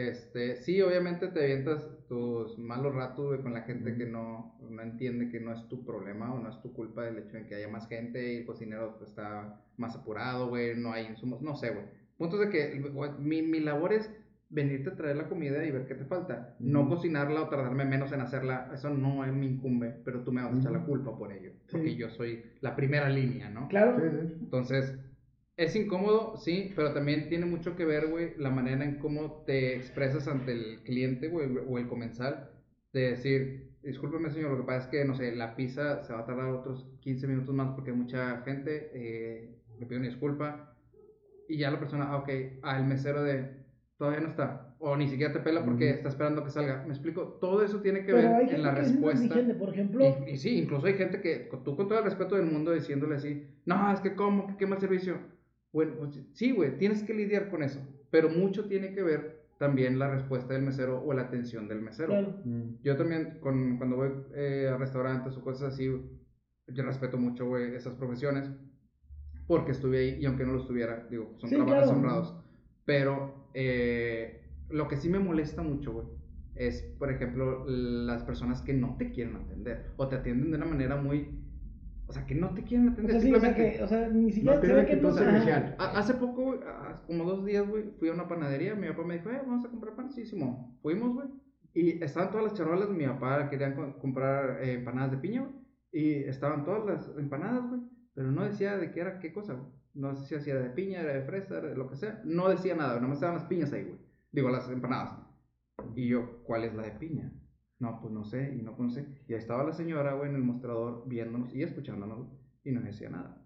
Sí, obviamente te avientas tus malos ratos, güey, con la gente que no entiende que no es tu problema o no es tu culpa el hecho de que haya más gente y el cocinero pues, está más apurado, güey, no hay insumos, no sé, güey. Punto es de que mi labor es venirte a traer la comida y ver qué te falta. No cocinarla o tardarme menos en hacerla, eso no me incumbe, pero tú me vas a echar la culpa por ello, porque yo soy la primera línea, ¿no? Claro. Entonces, es incómodo, sí, pero también tiene mucho que ver, güey, la manera en cómo te expresas ante el cliente, güey, o el comensal, de decir, discúlpeme, señor, lo que pasa es que, no sé, la pizza se va a tardar otros 15 minutos más porque hay mucha gente, le pido una disculpa, y ya la persona, ok, el mesero todavía no está, o ni siquiera te pela porque está esperando que salga. ¿Me explico? Todo eso tiene que Pero hay ver en gente la que es respuesta. intransigente, por ejemplo. Y sí, incluso hay gente que tú con todo el respeto del mundo diciéndole así, no, es que cómo, que qué mal servicio. Bueno, pues, sí, güey, tienes que lidiar con eso, pero mucho tiene que ver también la respuesta del mesero o la atención del mesero. Claro. Yo también, cuando voy a restaurantes o cosas así, yo respeto mucho, güey, esas profesiones porque estuve ahí y aunque no lo estuviera, digo, son Sí, trabajos claro. honrados. Pero lo que sí me molesta mucho, güey, es, por ejemplo, las personas que no te quieren atender o te atienden de una manera muy... O sea, que no te quieren O atender. sea, sí, o sea, simplemente... ni siquiera No se tiene ve que actitud no. servicial. Hace poco, güey, como 2 días, güey, fui a una panadería. Mi papá me dijo, vamos a comprar pan. Sí, Simón. Fuimos, güey. Y estaban todas las charolas. Mi papá querían comprar empanadas de piña, güey. Y estaban todas las empanadas, güey. Pero no decía de qué era qué cosa, güey. No decía si era de piña, era de fresa, era de lo que sea. No decía nada, nomás estaban las piñas ahí, güey. Digo, las empanadas. Y yo, ¿cuál es la de piña? No, pues no sé, y no conoce. Y ahí estaba la señora, güey, en el mostrador viéndonos y escuchándonos, y no decía nada.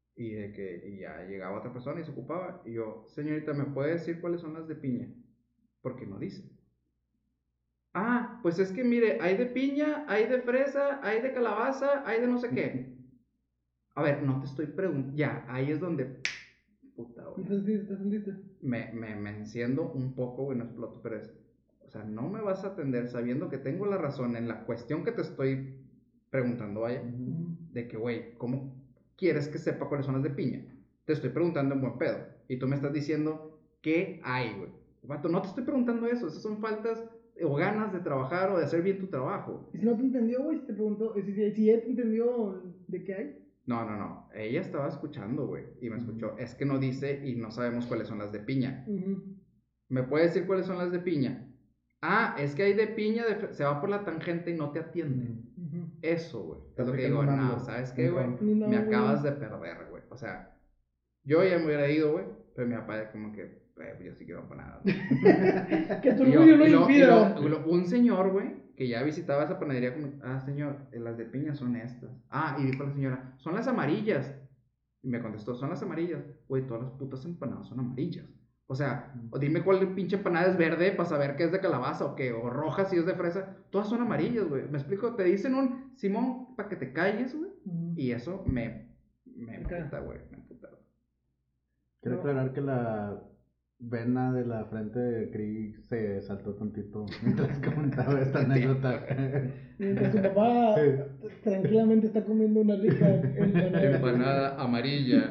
Y ya llegaba otra persona y se ocupaba. Y yo, señorita, ¿me puede decir cuáles son las de piña? Porque no dice. Ah, pues es que mire, hay de piña, hay de fresa, hay de calabaza, hay de no sé qué. A ver, no te estoy preguntando. Ya, ahí es donde. Puta, güey. ¿Te sentiste? Me enciendo un poco, güey, no exploto, pero es. O sea, no me vas a atender sabiendo que tengo la razón en la cuestión que te estoy preguntando, vaya. De que, güey, ¿cómo quieres que sepa cuáles son las de piña? Te estoy preguntando en buen pedo. Y tú me estás diciendo, ¿qué hay, güey? Vato, no te estoy preguntando eso. Esas son faltas o ganas de trabajar o de hacer bien tu trabajo. Y si no te entendió, güey, si te preguntó, si él te entendió de qué hay. No. Ella estaba escuchando, güey. Y me escuchó. Es que no dice y no sabemos cuáles son las de piña. ¿Me puede decir cuáles son las de piña? Ah, es que hay de piña, se va por la tangente y no te atiende. Eso, güey. Es lo que digo, no, ¿sabes qué, güey? Me acabas de perder, güey. O sea, yo ya me hubiera ido, güey. Pero mi papá como que, yo sí quiero empanadas. Que tu orgullo no impida. Un señor, güey, que ya visitaba esa panadería, como, señor, las de piña son estas. Y dijo la señora, son las amarillas. Y me contestó, son las amarillas. Güey, todas las putas empanadas son amarillas. O sea, dime cuál pinche empanada es verde para saber que es de calabaza o qué, o roja si es de fresa. Todas son amarillas, güey. Me explico, te dicen un Simón para que te calles, güey. Y eso me emputa, güey. Me emputa. Quiero aclarar que la vena de la frente de Krieg se saltó tantito mientras comentaba esta anécdota. Mientras tu papá tranquilamente está comiendo una rica empanada amarilla.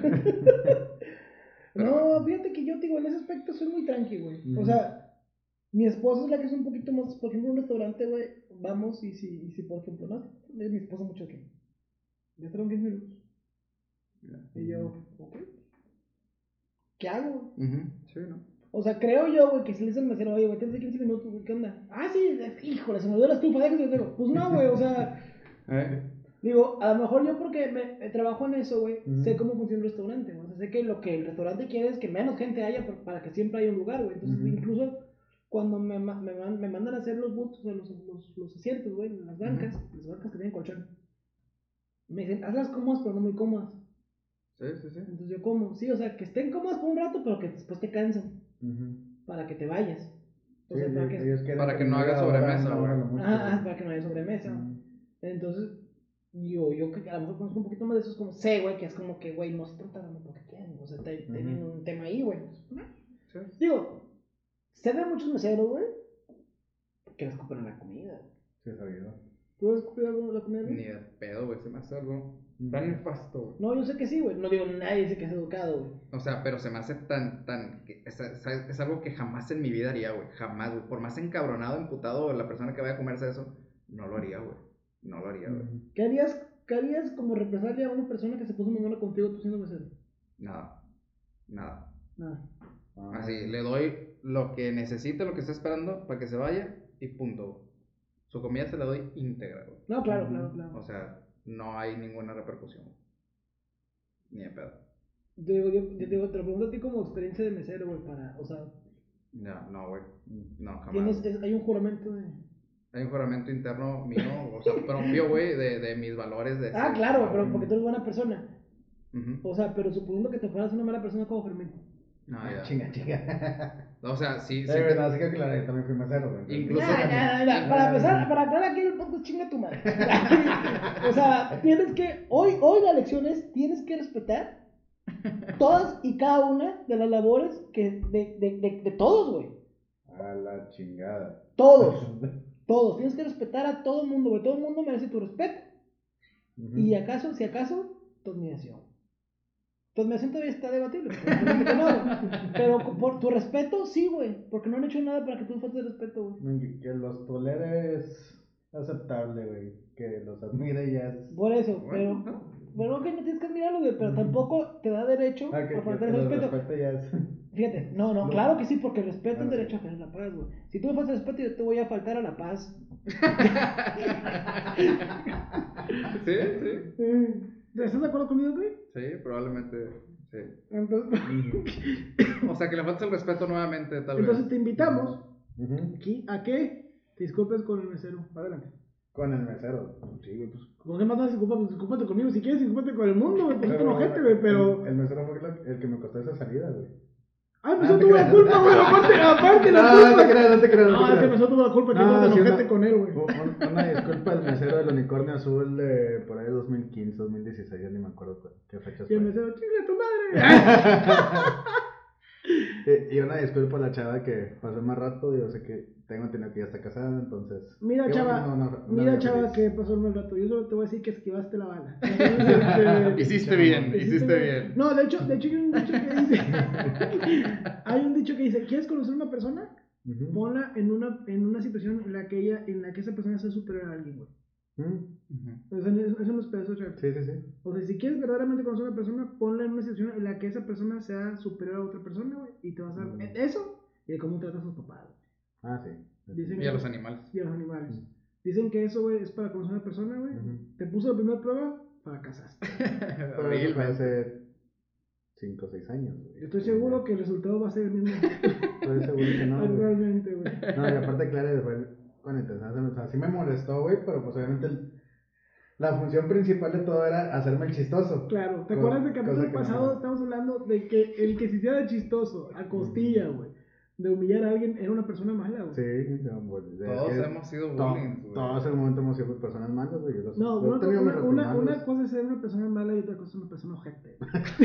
No, fíjate que yo, digo, en ese aspecto soy muy tranqui, güey. O sea, mi esposa es la que es un poquito más, por ejemplo, en un restaurante, güey, vamos y si por ejemplo, no, mi esposa mucho que ya estarán 15 minutos. Y yo, ok, ¿qué hago? Sí, ¿no? O sea, creo yo, güey, que si le dices al mesero, oye, güey, tienes 15 minutos, güey, ¿qué onda? Sí, híjole, se me dio la estufa, déjame decirlo. Pues no, güey, o sea, digo, a lo mejor yo porque me trabajo en eso, güey, sé cómo funciona un restaurante, güey. O sea, sé que lo que el restaurante quiere es que menos gente haya para que siempre haya un lugar, güey. Entonces, incluso cuando me mandan a hacer los boots, o sea, los asientos, güey, las bancas que tienen colchón. Me dicen, hazlas cómodas, pero no muy cómodas. Sí. Entonces yo como, sí, o sea, que estén cómodas por un rato, pero que después te cansen. Para que te vayas. O sea, para que no hagas sobremesa, güey. Para que no haya sobremesa. Entonces, yo que a lo mejor conozco un poquito más de eso, es como, sé, güey, que es como que, güey, no se trata de lo que quieren. O sea, tienen un tema ahí, güey. Sí. Digo, se ve muchos meseros, güey, que le escupen a la comida. Sí, sabido. ¿Tú has escupido algo de la comida? Ni de pedo, güey, se me hace algo tan nefasto, güey. No, yo sé que sí, güey. No digo, nadie dice que es educado, güey. O sea, pero se me hace es algo que jamás en mi vida haría, güey. Jamás, güey. Por más encabronado, emputado la persona que vaya a comerse eso, no lo haría, güey. No lo haría, güey. ¿Qué harías como represalia a una persona que se puso muy buena contigo tú siendo mesero? Nada. Nada. Así, le doy lo que necesite, lo que está esperando para que se vaya y punto. Su comida se la doy íntegra, güey. No, claro. O sea, no hay ninguna repercusión. Ni de pedo. Te lo pregunto a ti como experiencia de mesero, güey, o sea... No, güey. No, jamás. Hay un juramento de... Hay un juramento interno mío, o sea, propio, güey, de mis valores. Claro, pero porque tú eres buena persona. Uh-huh. O sea, pero suponiendo que te fueras una mala persona como Fermín. No, ya. Chinga. O sea, sí. Verdad, así que también fui mesero, güey. Incluso. Para empezar, para aclarar aquí el podcast, chinga tu madre. O sea, tienes que. Hoy la lección es: tienes que respetar todas y cada una de las labores de todos, güey. A la chingada. Todos. Tienes que respetar a todo el mundo, güey. Todo el mundo merece tu respeto. Y si acaso, tu admiración. Tu admiración todavía está debatible. Pero por tu respeto, sí, güey. Porque no han hecho nada para que tú faltes de respeto, güey. Que los toleres aceptable, güey. Que los admire ya es. Por eso, pero que no tienes que admirarlo, güey. Pero tampoco te da derecho a faltar el respeto. Ya es. Fíjate, no, claro que sí, porque el respeto es derecho a tener la paz, güey. Si tú me faltas respeto, yo te voy a faltar a la paz. Sí. ¿Estás de acuerdo conmigo, güey? Sí, probablemente, sí. Entonces, o sea, que le falta el respeto nuevamente, tal vez. Entonces te invitamos aquí a que te disculpes con el mesero. Adelante. Con el mesero. Sí, güey, pues. ¿Con qué más vas a disculpar? Pues discúlpate conmigo si quieres, discúlpate con el mundo, güey. Pues no gente, güey, pero. El mesero fue el que me costó esa salida, güey. Pues yo tuve la culpa, güey. Aparte la culpa. No te creas. Es que nosotros tuvo la culpa que no te enojete con él, güey. Una disculpa al mesero del unicornio azul de por ahí 2015, 2016, ya ni me acuerdo qué fechas fue. Y el mesero, chingle tu madre. Y una disculpa a la chava que pasó más rato, yo sé que tengo entendido que ya está casada, entonces... Mira, chava, que pasó el mal rato, yo solo te voy a decir que esquivaste la bala. Entonces, hiciste bien. No, de hecho hay un dicho que dice... hay un dicho que dice, ¿quieres conocer a una persona? Ponla en una situación en la que esa persona sea superior a alguien, güey. O sea, eso no es pedazo, chaval. Sí. O sea, si quieres verdaderamente conocer a una persona, ponla en una situación en la que esa persona sea superior a otra persona, güey. Y te vas a dar eso y de cómo tratas a sus papás, güey. Sí. Y a los animales. Dicen que eso, güey, es para conocer a una persona, güey. Te puso la primera prueba para casarse. Pero eso fue hace 5 o 6 años, güey. Estoy seguro que el resultado va a ser el mismo. Estoy seguro que no. Realmente, güey. No, y aparte, claro, fue con intención. O sea, sí me molestó, güey, pero pues obviamente la función principal de todo era hacerme el chistoso. Claro, ¿te acuerdas del capítulo pasado? Estamos hablando de que el que se hiciera chistoso a costilla, güey, de humillar a alguien, era una persona mala, güey. Sí, todos hemos sido bullying, güey. Todos en el momento hemos sido personas malas, güey. Una cosa es ser una persona mala y otra cosa es una persona ojete.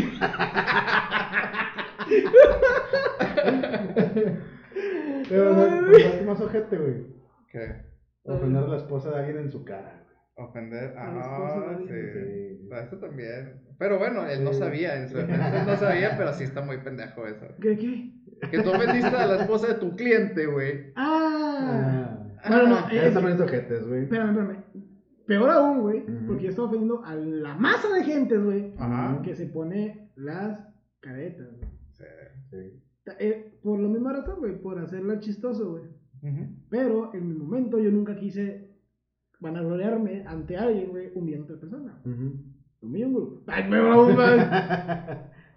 Pero no, más ojete, güey. ¿Qué? Ofender a la esposa de alguien en su cara, güey. Ofender a la esposa de alguien. Sí. Eso también. Pero bueno, él no sabía, en su defensa él no sabía, pero sí está muy pendejo eso. ¿Qué? Que tú ofendiste a la esposa de tu cliente, güey. Bueno, no, eso también es ojetes, güey. Espérame. Peor aún, güey, porque yo estaba ofendiendo a la masa de gente, güey, que se pone las caretas, güey. Sí. Por la misma razón, güey, por hacerla chistoso, güey. Pero en mi momento yo nunca quise vanagloriarme ante alguien, güey, humillando a otra persona. Humillo un grupo. ¡Ay, me va a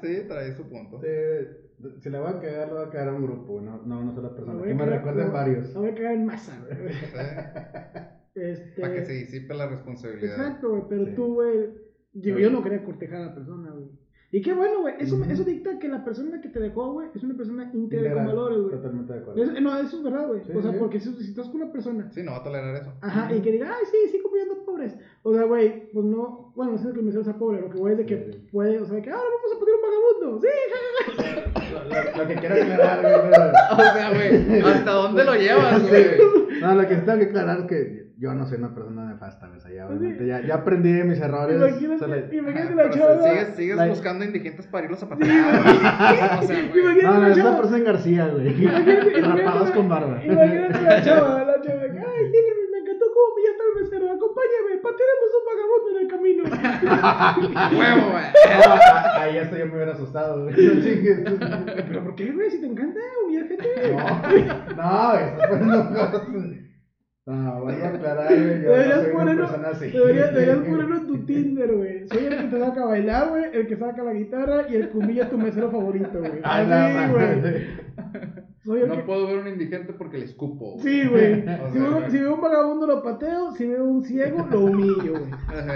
sí, trae su punto. Si le voy a cagar, le voy a cagar a un grupo, no una sola persona. Que me cagar- recuerden varios. La voy a cagar en masa, güey. Sí, para que se disipe la responsabilidad. Exacto, güey, pero Sí. tú, güey, digo, yo no quería cortejar a la persona, güey. Y qué bueno, güey, eso dicta que la persona que te dejó, güey, es una persona íntegra y con valores, güey. Totalmente de acuerdo. No, eso es verdad, güey. Sí, O sea, sí. porque si estás con una persona, Sí, no va a tolerar eso. ajá, y que diga, ay, sí, comiendo pobres. O sea, güey, pues no, bueno, no sé que me sea pobre, lo que voy es de que Sí. puede, o sea, de que ahora vamos a poner un vagabundo, sí, Lo que quiero aclarar, güey. O sea, güey, ¿hasta dónde lo llevas, güey? No, lo que tengo que aclarar es que yo no soy una persona nefasta, güey. O sea, ya, obviamente, ya aprendí de mis errores. Imagínate la Pero chava. sigues buscando indigentes para irlos a patear. O sea, güey. Imagínate No, la es la chava. persona en García, güey. Rapados con barba. Imagínate la chava, ay, dígame, me encantó cómo me está el mesero, acompáñame, patearemos un vagabundo en el camino. A huevo, güey. Ahí hasta yo me hubiera asustado, güey. No chingues. Pero ¿por qué, güey? Si te encanta humillar gente. No, estás poniendo cosas. No, vuelvo a aclarar, güey. Yo no Deberías soy una ponerlo, persona así. deberías ponerlo en tu Tinder, güey. Soy el que te saca a bailar, güey, el que saca la guitarra y el que humilla a tu mesero favorito, güey. Ah, no, Así, güey. man. Soy el No que... puedo ver un indigente porque le escupo. Sí, güey. O Si sea, veo un vagabundo lo pateo, si veo un ciego lo humillo, güey.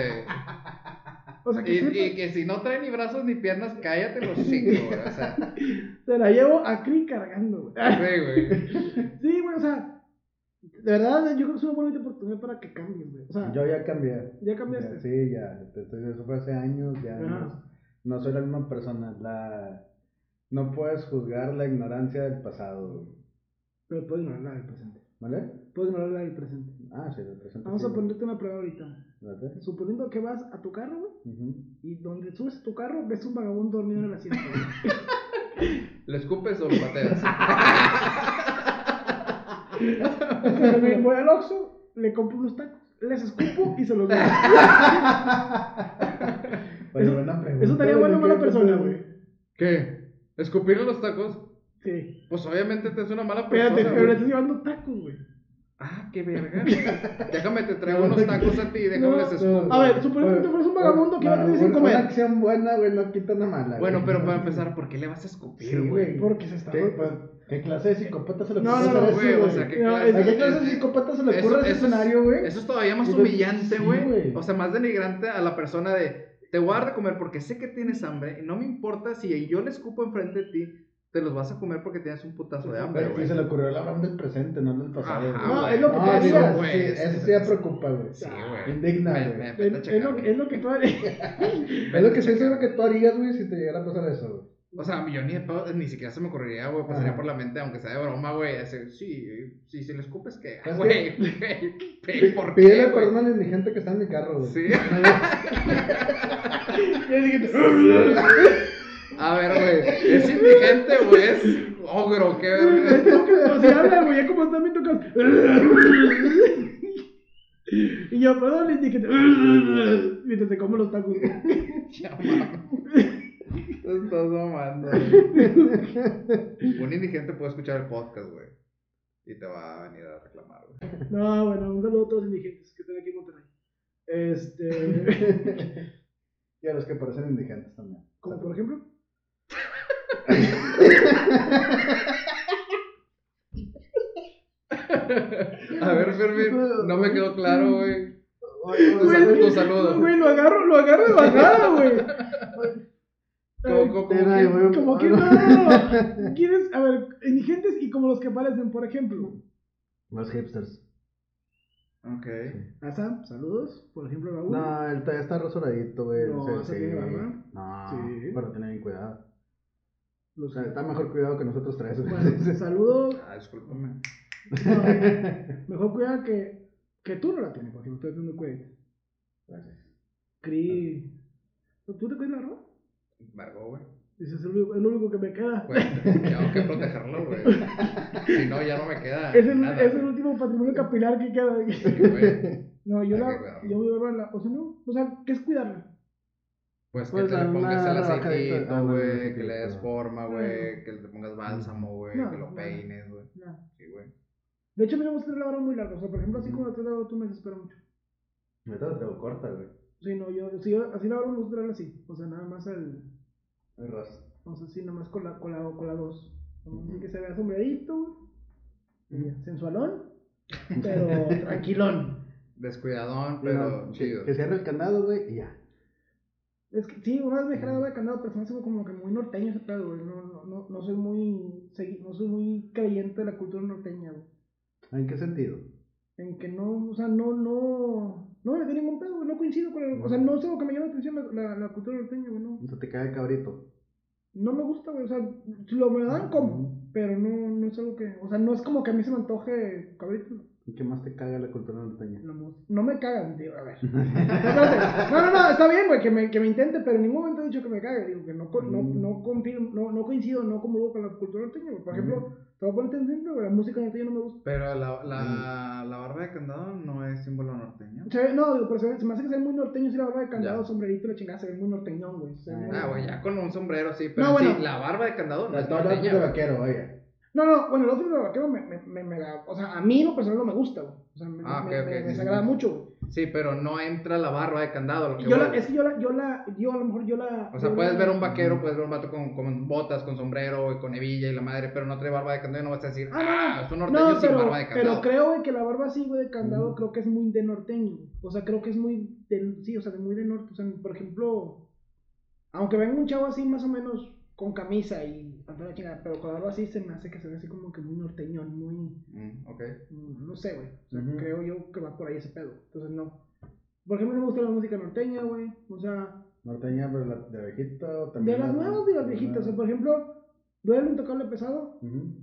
O sea, que Y sepa- que si no trae ni brazos ni piernas, cállate los cinco, güey. O sea, te la llevo aquí cargando, güey. sí, güey. Sí, güey, o sea, de verdad, yo creo que es una buena oportunidad para que cambies, güey. O sea, Yo ya cambié. ¿ya cambiaste? Ya, sí, ya. Eso fue hace años. Ya Ajá. no soy la misma persona. No puedes juzgar la ignorancia del pasado, güey. Pero puedes ignorar la del presente. ¿Vale? Puedes ignorar la del presente. Ah, sí, del presente. Vamos sí, a ponerte una prueba ahorita. ¿verdad? Suponiendo que vas a tu carro, güey, Ujú. y donde subes a tu carro ves un vagabundo dormido en el asiento, güey. ¿Le escupes o lo pateas? Entonces, me voy al Oxxo, le compro unos tacos, les escupo y se los doy. Oye, buena pregunta. Eso estaría bueno para una persona, güey. ¿Qué? ¿Escupirle los tacos? Sí. Pues obviamente te es una mala persona. Espérate, pero le güey. estás llevando tacos, güey. Ah, qué verga. Déjame, te traigo unos tacos a ti y déjame les escupo. A ver, suponiendo que tú fueras un vagabundo que iba a tener sin comer. Una acción buena, güey, no quita una mala. Bueno, güey. pero para empezar, ¿por qué le vas a escupir, Sí, güey? güey. Porque se está. ¿Qué clase de psicópata se le No, ocurre no, hacer no, eso, güey, o sea, ¿qué No, clase? ¿A qué clase de psicópata se le ocurre ese escenario, güey? Eso es todavía más Y pues, humillante, sí, güey. güey. O sea, más denigrante a la persona de, te voy a dar de comer porque sé que tienes hambre y no me importa si yo le escupo enfrente de ti, te los vas a comer porque tienes un putazo de hambre, Güey, güey. y se le ocurrió el Abraham del presente, no del pasado. Ajá, güey. No, güey. es lo que tú No, harías, digo, güey, sí, es- eso sí me preocupa, güey. Sí, güey. Indigna, Me güey. vete a checar, güey. Es lo que tú harías. Es lo que estoy seguro que tú harías, güey, si te llegara a pasar eso, güey. O sea, yo ni siquiera se me ocurriría, güey, pasaría Ajá. por la mente, aunque sea de broma, güey, decir, sí, si le escupes, ¿qué? Es Güey, ¿por qué, Pídele güey? perdón al indigente que está en mi carro, güey. Sí. Yo dije, A ver, güey, ¿es indigente o es ogro? ¿Qué verga? tengo que negociarla, güey, ya como está mi tocas. Y yo, perdón, le dije, mientras te como los tacos. Ya mames. Te estás mamando, güey. Un indigente puede escuchar el podcast, güey. Y te va a venir a reclamar, güey. No, bueno, un saludo a todos los indigentes que están aquí en Monterrey. Y a los que parecen indigentes también. Como por ejemplo. A ver, Fermín, no me quedó claro, güey. Güey, Tu saludo. Güey, lo agarro de bajada, güey. ¿Cómo Tena, quién? güey. Como que no. ¿Quieres? A ver, indigentes y como los que parecen, por ejemplo. Los hipsters. Ok. Asa, saludos. Por ejemplo, Raúl. No, él todavía está rasuradito, güey. No, Sí, ¿ese sí. tiene barba? No, Sí. pero tiene bien cuidado. O Los sea, está mejor cuidado que nosotros tres, güey. Bueno, saludos. Ah, discúlpame. No, mejor cuidado que tú no la tienes, porque ustedes no me cuidan. Gracias. Cri. ¿Tú te cuidas la barba? Vergo, güey. Dices, es lo único que me queda. Güey, tengo que protegerlo, güey. Si no, ya no me queda nada. Es el último patrimonio capilar que queda. Sí, güey. No, Hay que cuidarlo. yo mi barba, o sea, no, o sea, ¿qué es cuidarla? Pues que Pues te le pongas el una aceitito, rebajadita, güey, que le des aceitito. forma, güey, que le pongas bálsamo, güey, No, que lo no. peines, güey. No. Sí, güey. De hecho, a mí me gusta tener la barba muy larga. O sea, por ejemplo, así como la tienes la barba, tú me desespera mucho. Ahorita la tengo corta, güey. Sí, no, yo así la barba me gusta tenerla así. O sea, nada más al El raza. No sé si nomás con la 2. Así que se vea sombrerito, sensualón, pero tranquilón. Descuidadón, Sí, pero no, chido. que cierre el candado, güey, y ya. Es que sí, una vez me quedaba de candado, pero se me hace como que muy norteño ese pedo, güey. No soy no soy muy creyente de la cultura norteña, güey. ¿En qué sentido? En que no, o sea, no me metí ningún pedo, güey, no coincido con el, o sea, no es algo que me llama la atención la cultura norteña, güey, no. O sea, te cae cabrito. No me gusta, güey, o sea, si lo me lo dan como, pero no es algo que, o sea, no es como que a mí se me antoje cabrito. ¿Y qué más te caga la cultura norteña? No me cagan, tío, a ver. No, está bien, güey, que me intente, pero en ningún momento he dicho que me cague, digo que no coincido, no comulgo con la cultura norteña, güey. Por ejemplo, te voy a poner un ejemplo, güey, la música norteña no me gusta. Pero la barba de candado no es símbolo norteño. No, digo, pero se me hace que se ve muy norteño si la barba de candado, Ya. sombrerito y la chingada, se ve muy norteñón, güey. Güey, ya con un sombrero sí, pero No, bueno. sí, la barba de candado no es Todo norteña. de güey. vaquero, vaya. No, bueno, el outfit de vaquero o sea, a mí en lo personal no me gusta, güey. O sea, Ok, me sí, desagrada mucho, güey. Sí, pero no entra la barba de candado. Lo que Es que yo a lo mejor yo la. O sea, yo puedes la- ver un vaquero, puedes ver un vato con botas, con sombrero y con hebilla y la madre, pero no trae barba de candado y no vas a decir, es un norteño sin barba de candado. Pero creo, güey, que la barba así, güey, de candado, creo que es muy de norteño, güey. O sea, creo que es sí, o sea, de muy de norte. O sea, por ejemplo, aunque venga un chavo así más o menos con camisa y pantalón de chingada, pero con la barba así se me hace que se ve así como que muy norteñón, muy. Ok. No sé, güey. O sea, creo yo que va por ahí ese pedo. Entonces, no. Por ejemplo, no me gusta la música norteña, güey. O sea, Norteña, pero de viejito de también. las nuevas y de las viejitas. O sea, por ejemplo, Duele Intocable Pesado.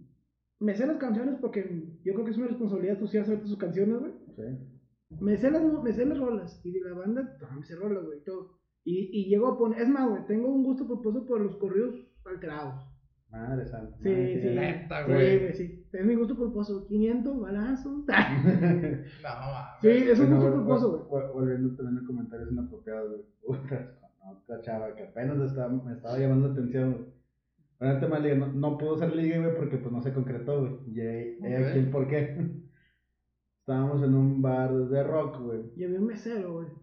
Me sé las canciones porque yo creo que es una responsabilidad social saber sus canciones, güey. Sí. Me sé las rolas. Y de la banda, me sé rolas, güey, todo. Y llego a poner. Es más, güey, tengo un gusto culposo por los corridos alterados. Madre santa. Sí. Neta, Sí, güey. güey, sí. Es mi gusto culposo. 500 balazos. No, mames. Sí, es un gusto Bueno, culposo, güey. volviendo también a comentarios inapropiados, güey. Otra chava que apenas me estaba llamando la atención, güey. Bueno, el tema de liga no pudo ser liga, güey, porque pues no se concretó, güey. Y aquí el por qué. Estábamos en un bar de rock, güey. Y había un mesero, güey.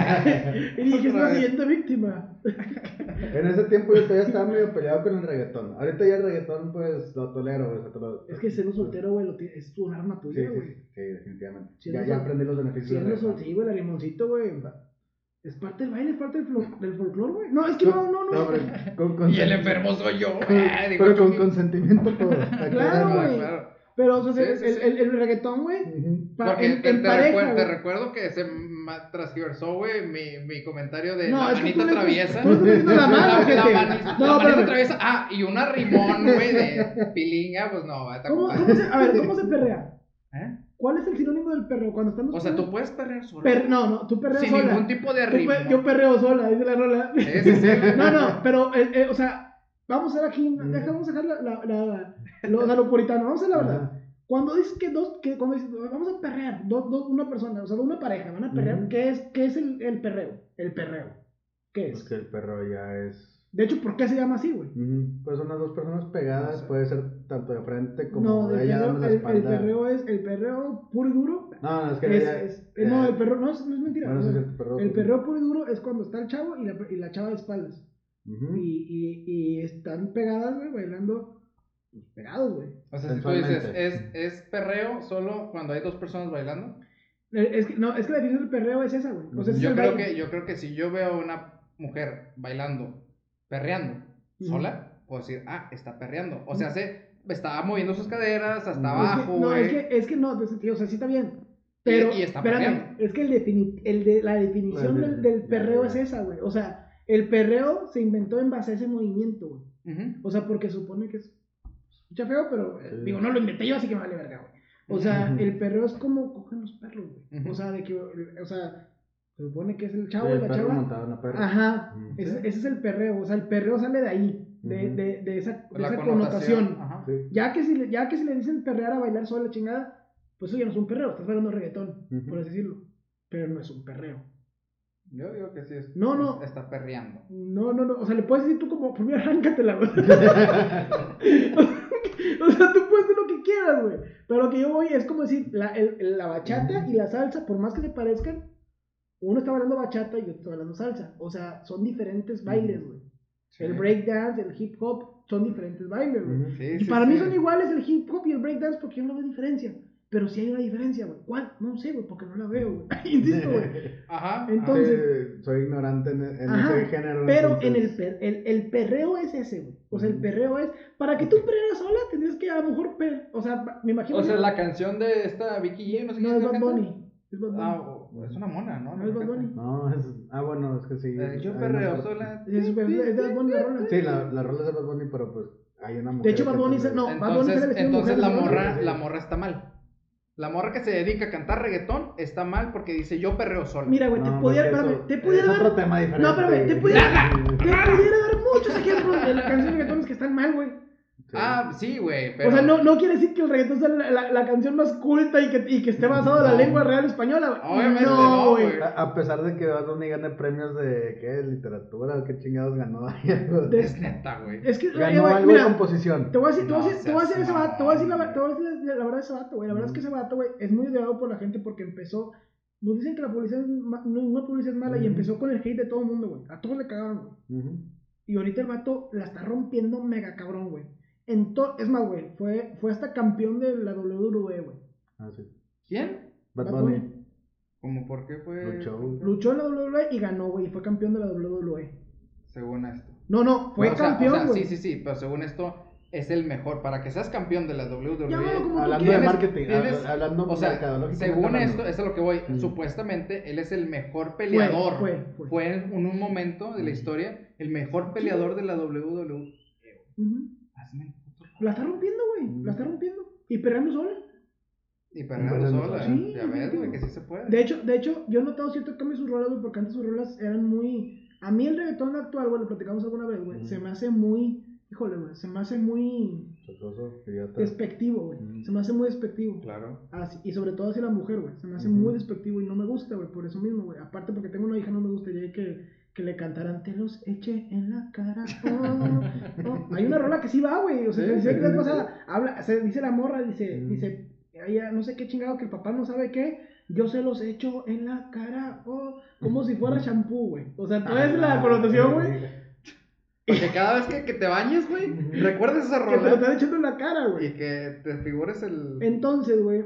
Y dije, es la siguiente víctima. En ese tiempo yo todavía estaba medio peleado con el reggaetón. Ahorita ya el reggaetón, pues, lo tolero, güey. Es que siendo soltero, güey, es un arma tuya, güey. Sí, definitivamente. Siendo Ya aprendí los beneficios del reggaetón. Sí, güey, la limoncito, güey. Es parte del baile, es parte del folclore, güey. No, es que no. Y el enfermo soy yo, pero con consentimiento todo. Claro, güey. Claro. Pero, o sea, Sí. el reggaetón, güey. Porque En pareja, te recuerdo que se transgiversó, güey, mi comentario de No, la es que manita traviesa. Tú estás metiendo la mano, gente. La manita traviesa. Y una rimón, güey, de pilinga, pues no, ¿Cómo se perrea? ¿Eh? ¿Cuál es el sinónimo del perreo? Cuando están O sea, tú puedes perrear solo. No, tú perreas sin sola. Ningún tipo de ritmo. Yo perreo sola, dice la rola. Sí. No, pero, o sea, vamos a ver aquí, dejamos sacar lo puritano, vamos a ver la verdad. Cuando dices cuando dices, vamos a perrear, una persona, o sea, una pareja, van a perrear, ¿qué es el perreo? El perreo. ¿Qué es? Pues que el perro ya es. De hecho, ¿por qué se llama así, güey? Pues son las dos personas pegadas, puede ser tanto de frente como No, de ella dando la espalda. el perreo puro y duro. No, es que no, el perreo no es mentira. Bueno, No, el perreo puro y duro es cuando está el chavo y la chava de espaldas. Y están pegadas, güey, bailando pues, pegados, güey. O sea, si tú dices, ¿es perreo solo cuando hay dos personas bailando? Es que la definición del perreo es esa, güey. O sea, yo creo que si yo veo a una mujer perreando sola, puedo decir, está perreando. O sea, estaba moviendo sus caderas hasta abajo, güey. Es que no, tío, o sea, sí está bien. Pero, y está perreando. Es que la definición del perreo es esa, güey. O sea, el perreo se inventó en base a ese movimiento, güey. O sea, porque supone que es escucha feo, pero digo, no lo inventé yo, así que me vale verga, güey. O sea, el perreo es como cogen los perros, güey. O sea, se supone que es el chavo y la chava. Una perra. Ajá. Ese es el perreo. O sea, el perreo sale de ahí, de esa connotación. Ya que si le dicen perrear a bailar sola, chingada, pues eso ya no es un perreo, estás bailando reggaetón, por así decirlo. Pero no es un perreo. Yo digo que sí es. No. Está perreando. No. O sea, le puedes decir tú como, por mí, arráncatela, güey. O sea, tú puedes hacer lo que quieras, güey. Pero lo que yo voy es como decir, la bachata y la salsa, por más que se parezcan, uno está bailando bachata y otro está bailando salsa. O sea, son diferentes bailes, güey. Sí. El breakdance, el hip hop, son diferentes bailes, güey. Sí, Y sí, para mí sí. son iguales el hip hop y el breakdance porque yo no veo diferencia. Pero sí hay una diferencia, güey. ¿Cuál? No sé, güey, porque no la veo, güey. Insisto, güey. Ajá. Entonces- Sí, soy ignorante en Ajá, ese género. pero entonces- el perreo es ese, güey. O sea, el perreo es. Para que tú perreas sola, tendrías que a lo mejor. O sea, me imagino. O sea, yo- la canción de esta Vicky G, no sé No, quién es la Bad canta. Bunny. Es Bad Bunny. Es una mona, ¿no? No, es Bad Bunny. No, bueno, es que sí. Yo hay perreo una parte- sola. Es de Bad Bunny la rola. Sí, la rola es de Bad Bunny, pero pues hay una mujer. De hecho, Bad que Bunny también- no, Bad Bunny sale vestido de Entonces mujer, ¿no? la morra está mal. La morra que se dedica a cantar reggaetón está mal porque dice yo perreo sola. Mira, güey, No, te pudiera porque espérame, eso te pudiera es dar. otro tema diferente. No, espérame, te pudiera dar muchos ejemplos de la canción de reggaetones que están mal, güey. Sí. Sí, güey, pero... O sea, no quiere decir que el reggaetón sea la canción más culta y que esté basado en la No. lengua real española, güey. Obviamente no, güey. A pesar de que Bad Bunny gane premios de ¿qué? Literatura o qué chingados ganó. Es neta, güey. Es que, Ganó güey, algo mira, de composición. te voy a decir, No te voy a decir seas ese vato, te voy a decir mamón. te voy a decir la verdad de ese vato, güey. La verdad es que ese vato, güey, es muy odiado por la gente porque empezó. Nos dicen que la publicidad no publicidad es mala y empezó con el hate de todo el mundo, güey. A todos le cagaban, güey. Ujú. Y ahorita el vato la está rompiendo mega cabrón, güey. Es más, güey, fue hasta campeón de la WWE, güey. Ah, sí. ¿Quién? Bad Bad Bunny. Bunny. ¿Cómo por qué fue? Luchó. Luchó en la WWE y ganó, güey. Y fue campeón de la WWE. Según esto. No, fue O sea, campeón, güey. sí, pero según esto es el mejor. Para que seas campeón de la WWE. Llámalo como tú Hablando quieras. de marketing, tienes- hablando O sea, mercadológicamente según hablando. esto, eso es lo que voy. Mm. Supuestamente él es el mejor peleador. Fue. en un momento de la historia el mejor peleador de la WWE. Ujú. Hazme el puto favor. La está rompiendo, güey. La está rompiendo. Y perreando sola. Y perreando Perreando sola. Sí, Ya ves, güey, definitivo. que sí se puede. De hecho, yo he notado cierto cambio en sus rolas, güey, porque antes sus rolas eran muy. A mí el reggaetón actual, güey, lo platicamos alguna vez, güey, se me hace muy. Híjole, güey, se me hace muy Sotoso, idiota. despectivo, güey. Se me hace muy despectivo. Claro. Y sobre todo hacia la mujer, güey. Se me hace muy despectivo y no me gusta, güey, por eso mismo, güey. Aparte porque tengo una hija, no me gustaría que le cantaran te los eché en la cara. Hay una rola que sí va, güey. O sea, Sí, dice sí, que sí, habla, dice la morra, dice, ella no sé qué chingado que el papá no sabe qué. Yo se los echo en la cara, como si fuera shampoo, güey. O sea, toda es la connotación, güey. Porque cada vez que te bañes, güey, recuerdes esa Que te lo rola. están echando en la cara, güey. Y que te figures el. Entonces, güey,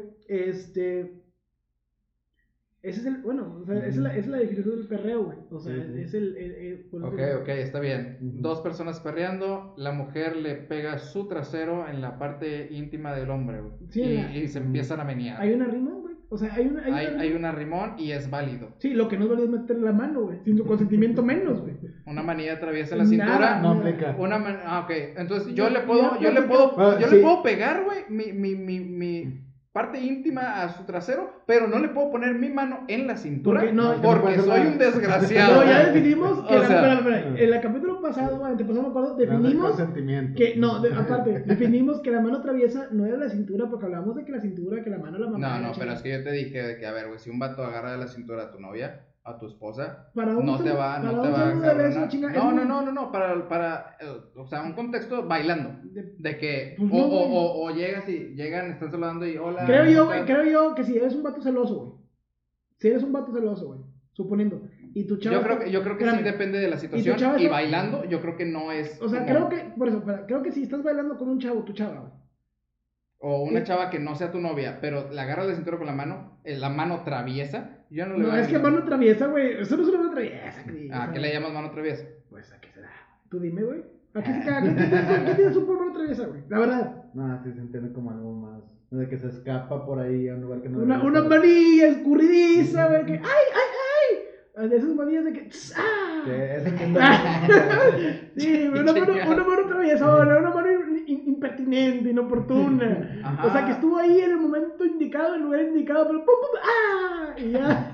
ese es el, bueno, o sea, esa es la definición del perreo, güey. O sea, Sí, sí. es el por eso Ok, está bien. Dos personas perreando, la mujer le pega su trasero en la parte íntima del hombre, güey. Sí, y se empiezan a menear. Hay una rima, güey. O sea, hay una Hay una rimón y es válido. Sí, lo que no es válido es meterle la mano, güey. Sin su consentimiento menos, güey. Una manilla atraviesa la Nada, cintura. No aplica. Ok, entonces Ya le puedo pegar, güey, mi parte íntima a su trasero, pero no le puedo poner mi mano en la cintura Porque no- porque no puede soy ser un nada. desgraciado. No, ya definimos que O sea- espera, en el capítulo pasado, güey, antepasado, me acuerdo, Dame definimos consentimiento. que, no, aparte, definimos que la mano traviesa no era la cintura, porque hablamos de que la cintura, que la mano, la mamá. No, pero es que yo te dije de que, a ver, güey, si un vato agarra de la cintura a tu novia, a tu esposa, Para un no te saludo- va para a un saludo de beso, cabronar. chinga, No, para, o sea, un contexto bailando, de que, Pues no, güey. o llegan, están saludando y hola. Creo yo, ¿cómo güey, estás? creo yo que si eres un vato celoso, güey. Si eres un vato celoso, güey. Suponiendo. Y tu chava. Yo creo que sí espérame. depende de la situación, chava y está- bailando, yo creo que no es, O sea, como- creo que, por eso, espera, creo que si estás bailando con un chavo, tu chava, güey. o una chava que no sea tu novia, pero la agarra de la cintura con la mano traviesa, yo no le No, veo es que ningún- mano traviesa, güey. Eso no es una mano traviesa, Cris. ¿A qué le llamas mano traviesa? Pues, ¿a qué será? Tú dime, güey. ¿A qué se caga? ¿Qué tienes un por mano traviesa, güey? La verdad. No, sí se entiende como algo más. De que se escapa por ahí a un lugar que no. Una debería estar. manilla escurridiza, güey. Que, ¡ay! De esas manillas de que, ¡ah! Que ese que Sí, güey, una mano traviesona, una mano impertinente, inoportuna. Ajá. O sea, que estuvo ahí en el momento indicado, en el lugar indicado, pero ¡pum, pum! ¡Ah! Y ya.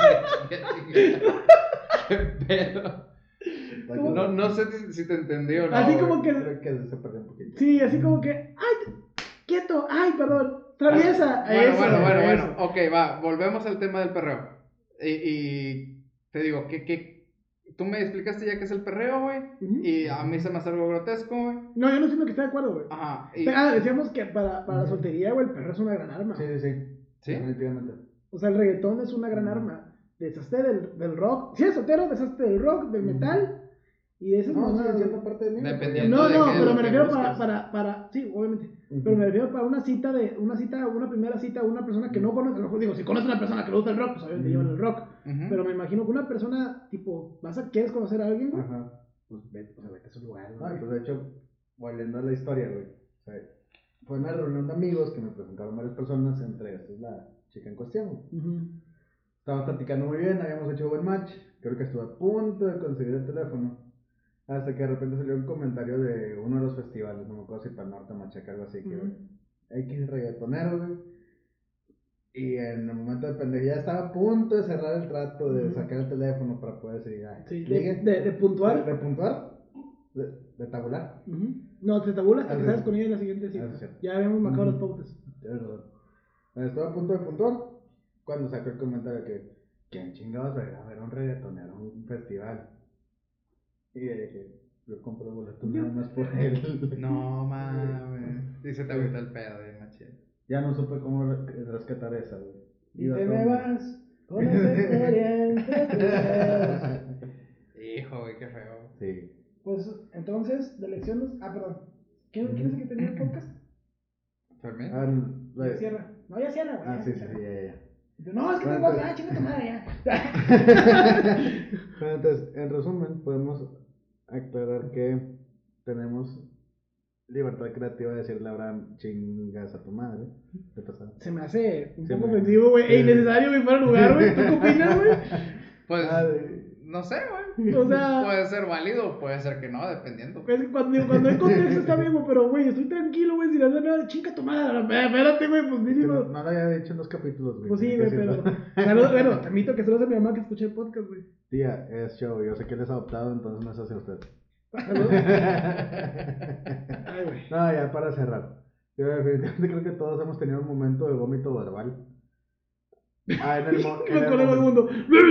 ¿Qué pedo? No sé si te entendí o no. Así güey. como que, Creo que se perdió un poquito. sí, así como que, ¡ay! ¡Quieto! ¡Ay, perdón! ¡Traviesa! Bueno, Eso. bueno. Ok, va, volvemos al tema del perreo. Y te digo, que tú me explicaste ya qué es el perreo, güey. Ujú. Y a mí se me hace algo grotesco, güey. No, yo no siento que esté de acuerdo, güey. Ajá. Decíamos que para la soltería, güey, el perro es una gran arma. Sí. ¿Sí? Definitivamente. O sea, el reggaetón es una gran arma. Deshazte del rock. Si eres soltero, deshazte del rock, del metal. Y de esas No, mamás, sí, cierta parte de mí. Dependiendo. No, de no, qué- pero lo me que refiero buscas. para, sí, obviamente. Ujú. Pero me refiero para una primera cita, una persona que no conoce, a lo mejor digo, si conoces a una persona que le gusta el rock, pues obviamente llevan el rock. Ujú. Pero me imagino que una persona, tipo, ¿quieres conocer a alguien, güey? Ajá. Pues vete a su lugar, No, güey. y pues de hecho, volviendo a la historia, güey. O sea, fue una reunión de amigos que me presentaron varias personas, entre estas la chica en cuestión, güey. Ujú. Estábamos platicando muy bien, habíamos hecho buen match. Creo que estuve a punto de conseguir el teléfono. Hasta que de repente salió un comentario de uno de los festivales, no me acuerdo si Panorta, Machaca, algo así, que Ujú. X reggaetonero, güey. Y en el momento de pendejo ya estaba a punto de cerrar el trato, de sacar el teléfono para poder seguir. Sí, ligue. de puntuar. De puntuar, de tabular. Ujú. No, te tabulas hasta que sí. sales con ella en la siguiente Ah, cita. sí, cierto. Ya habíamos marcado Ujú. las pautas. Tienes razón. Estaba a punto de puntuar cuando sacó el comentario que ¿quién chingados va a ver a un reggaetonero en un festival? Y de que yo compro boletos nada más por él. No mames. Sí se te agüita el pedo, machín. Ya no supe cómo rescatar esa, güey. Y te me vas con esa historia entre tus dedos. Hijo, güey, qué feo. Sí. Pues entonces, de lecciones. Ah, perdón. ¿Quién es el que tenía el podcast? ¿Fermín? Ah, Ya cierra. No, ya cierra, güey. Ah, ya, sí, cierra. ya. No, es que Bueno, tengo pero- otra. Chinga tu madre, ya. Bueno, entonces, en resumen, podemos aclarar que tenemos libertad creativa de decirle a Abraham chingas a tu madre. ¿Qué pasa? Se me hace un Sí, poco me- ofensivo, güey. sí. E innecesario, güey, fuera de lugar, güey. ¿Tú qué opinas, güey? Pues, Ah, de- no sé, güey. O sea, Puede ser válido, puede ser que no, dependiendo. es que cuando hay contexto está bien, güey. Pero, güey, estoy tranquilo, güey, sin hacer nada. Chinga tu madre. Espérate, güey, pues Es que mínimo. no lo había dicho en los capítulos, güey. Pues sí, tenía que güey, pero. decirlo. Bueno, te admito que saludos a mi mamá que escucha el podcast, güey. Tía, es show. Yo sé que él es adoptado, entonces no es hacia usted. Saludos. Ay, güey. No, ya para cerrar. Yo definitivamente creo que todos hemos tenido un momento de vómito verbal. Ah, en el, Los colegas del mundo.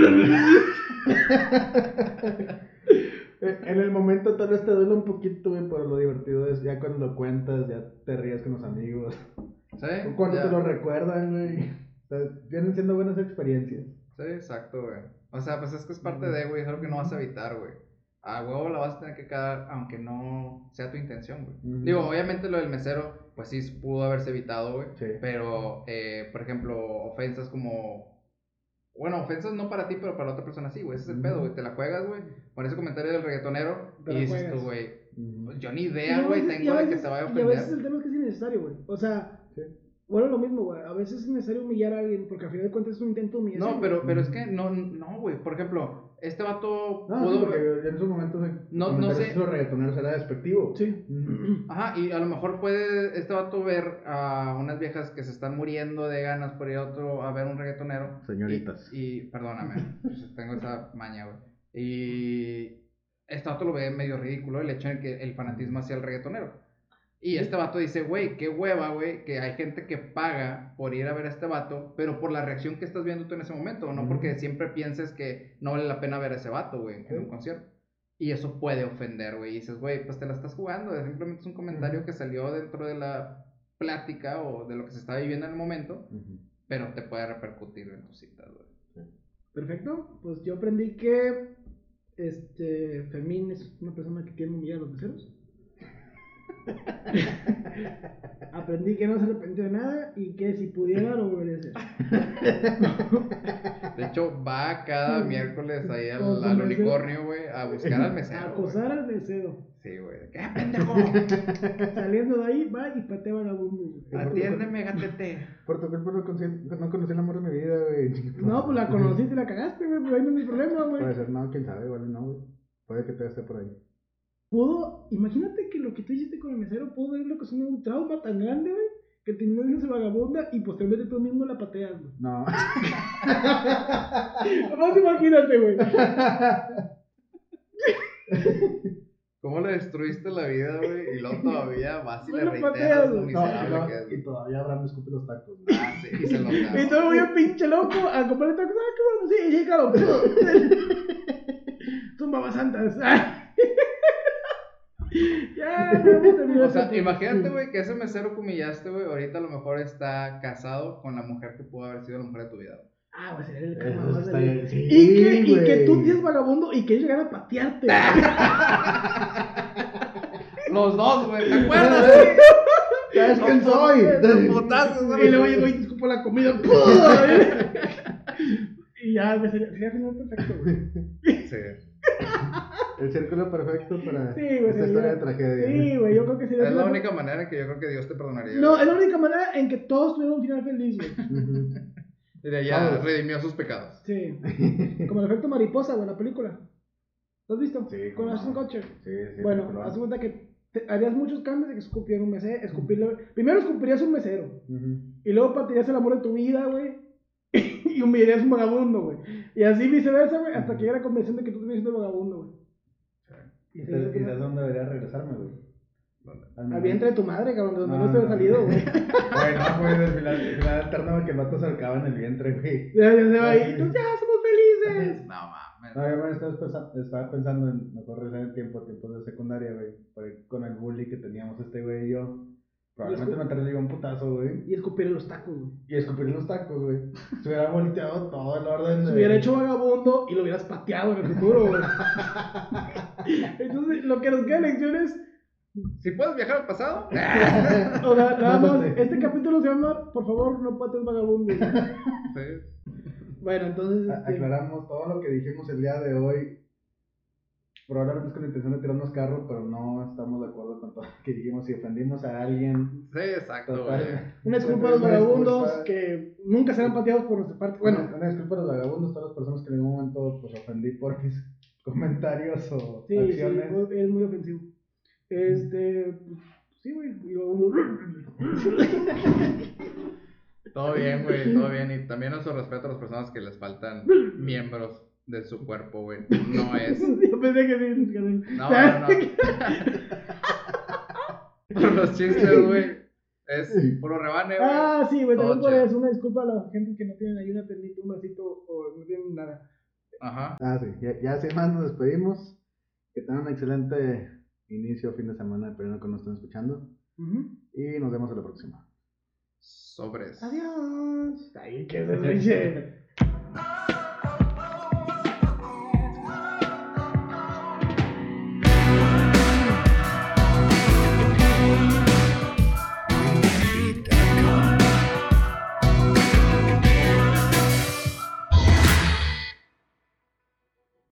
En el momento tal vez te duele un poquito, güey, pero lo divertido es ya cuando lo cuentas, ya te ríes con los amigos. Sí, O cuando ya. te lo recuerdan, güey. O sea, vienen siendo buenas experiencias. Sí, exacto, güey. O sea, pues es que es parte de, güey, es algo que no vas a evitar, güey. A huevo la vas a tener que cagar, aunque no sea tu intención, güey. Ujú. Digo, obviamente lo del mesero, pues sí pudo haberse evitado, güey. Sí. Pero, por ejemplo, ofensas como... Bueno, ofensas no para ti, pero para otra persona sí, güey. Ese es el Ujú. pedo, güey. Te la juegas, güey. Con ese comentario del reggaetonero. Te Y la dices juegas. tú, güey, Ujú. yo ni Y idea, a güey, veces- tengo y a de que veces- te vaya a Y a veces ofender. el tema es que es innecesario, güey. O sea, Sí. bueno, lo mismo, güey. A veces es necesario humillar a alguien porque al final de cuentas es un intento de humillación. No, pero es que no, güey. Por ejemplo, este vato No, sí, porque yo en esos momentos No sé. los reggaetoneros era despectivo. Sí. Ujú. Ajá, y a lo mejor puede este vato ver a unas viejas que se están muriendo de ganas por ir a ver un reggaetonero. Señoritas. Y perdóname, pues tengo esa maña, güey. Y este vato lo ve medio ridículo el hecho de que el fanatismo hacia el reggaetonero. Y este vato dice, güey, qué hueva, güey, que hay gente que paga por ir a ver a este vato, pero por la reacción que estás viendo tú en ese momento, no porque siempre pienses que no vale la pena ver a ese vato, güey, en un concierto. Y eso puede ofender, güey. Y dices, güey, pues te la estás jugando. Simplemente es un comentario que salió dentro de la plática o de lo que se está viviendo en el momento, Ujú. pero te puede repercutir en tus citas, güey. Perfecto. Pues yo aprendí que Fermín es una persona que tiene humillar a los meseros. Aprendí que no se arrepintió de nada y que si pudiera lo volvería a hacer. De hecho, va cada miércoles ahí Con al mesero. unicornio, güey, a buscar al A mesero. acosar güey. al mesero. Sí, güey. ¿Qué pendejo? Saliendo de ahí, va y patea vagabundo. Atiéndeme, gatete. Por tu culpa no conocí el amor de mi vida, güey. No, pues la conociste y la cagaste, güey. Pues ahí no es mi problema, güey. Puede ser, no, quién sabe, igual no, güey. Puede que te esté por ahí. Imagínate que lo que tú hiciste con el mesero pudo haberle ocasionado un trauma tan grande, güey, que terminó esa vagabunda y posteriormente tú mismo la pateas, güey. No. Nomás imagínate, güey. ¿Cómo le destruiste la vida, güey? Y luego todavía vas y No le lo reiteras pateas, lo güey. miserable que es. Y todavía Abraham me escupe los tacos. Ah, sí, y se lo Y da. todo muy pinche loco a comprar tacos. Ah, qué bueno, sí, sí, claro. Son babas santas. Ya, vamos a terminar O sea, este imagínate, podcast. güey, que ese mesero que humillaste, güey, ahorita a lo mejor está casado con la mujer que pudo haber sido la mujer de tu vida. Ah, va a ser el Eso más está feliz. bien. Sí, Y que güey. tú seas vagabundo y que ellos llegaran a patearte. Los dos, güey, ¿te acuerdas? ¿Sabes quién soy? Los putazos, Y güey. luego llegó y te escupo la comida. Y ya, güey, sería final perfecto, güey. Sí. El círculo perfecto para Sí, güey. esta historia de tragedia. Sí, güey, yo creo que sería. Es la final- única manera en que yo creo que Dios te perdonaría. No, güey. es la única manera en que todos tuvieron un final feliz, güey. Ujú. Diría, ya Todos. redimió sus pecados. Sí. Como el efecto mariposa, güey, la película. ¿Lo has visto? Sí, Con cómo Ashton no. Kutcher. Sí, sí. Bueno, pero- haz cuenta que harías muchos cambios de que escupir un mesero, primero escupirías un mesero, Ujú. y luego partirías el amor de tu vida, güey, y humillarías un vagabundo, güey. Y así viceversa, güey, hasta que llegue la convención de que tú termines siendo vagabundo, güey. ¿Y sabes dónde debería regresarme, güey? Al vientre de tu madre, cabrón, de donde no, No, te había no. salido, güey. Güey, no, güey, del final alterno, güey, que el vato se ahorcaba en el vientre, güey. Ya se va ahí, entonces ya somos felices. No mames. No, yo me estaba pensando en mejor regresar en tiempos de secundaria, güey. Con el bully que teníamos este güey y yo. Probablemente me traería un putazo, güey. Y escupir los tacos, güey. Y escupir los tacos, güey. Se hubiera volteado todo el orden. Se hubiera hecho vagabundo y lo hubieras pateado en el futuro, güey. Entonces, lo que nos queda de lección es, Si puedes viajar al pasado. o sea, nada más, Mátate. este capítulo se llama, por favor, no pates vagabundo. Sí. Bueno, entonces, Aclaramos todo lo que dijimos el día de hoy. Probablemente es con la intención de tirarnos carro, pero no estamos de acuerdo con todo lo que dijimos. Si ofendimos a alguien, Sí, exacto, total, güey. una disculpa a los Una vagabundos disculpa. que nunca serán pateados por nuestra parte. Bueno, una disculpa a los vagabundos, todas las personas que en algún momento pues ofendí por mis comentarios o sí, acciones. sí, es muy ofensivo. Sí, güey, y vagabundo. Todo bien, güey, todo bien. Y también nuestro respeto a las personas que les faltan miembros de su cuerpo, güey. No es. Yo pensé que sí, No, no, no. Por los chistes, güey. Es puro rebane, güey. Ah, sí, güey, Todo también por chido. eso. Una disculpa a la gente que no tienen ahí una ternita, un vasito o no tienen nada. Ajá. Ah, sí, ya sin más nos despedimos. Que tengan un excelente inicio, fin de semana, dependiendo de cuando estén escuchando. Y nos vemos a la próxima. Sobres. Adiós. Ay, qué se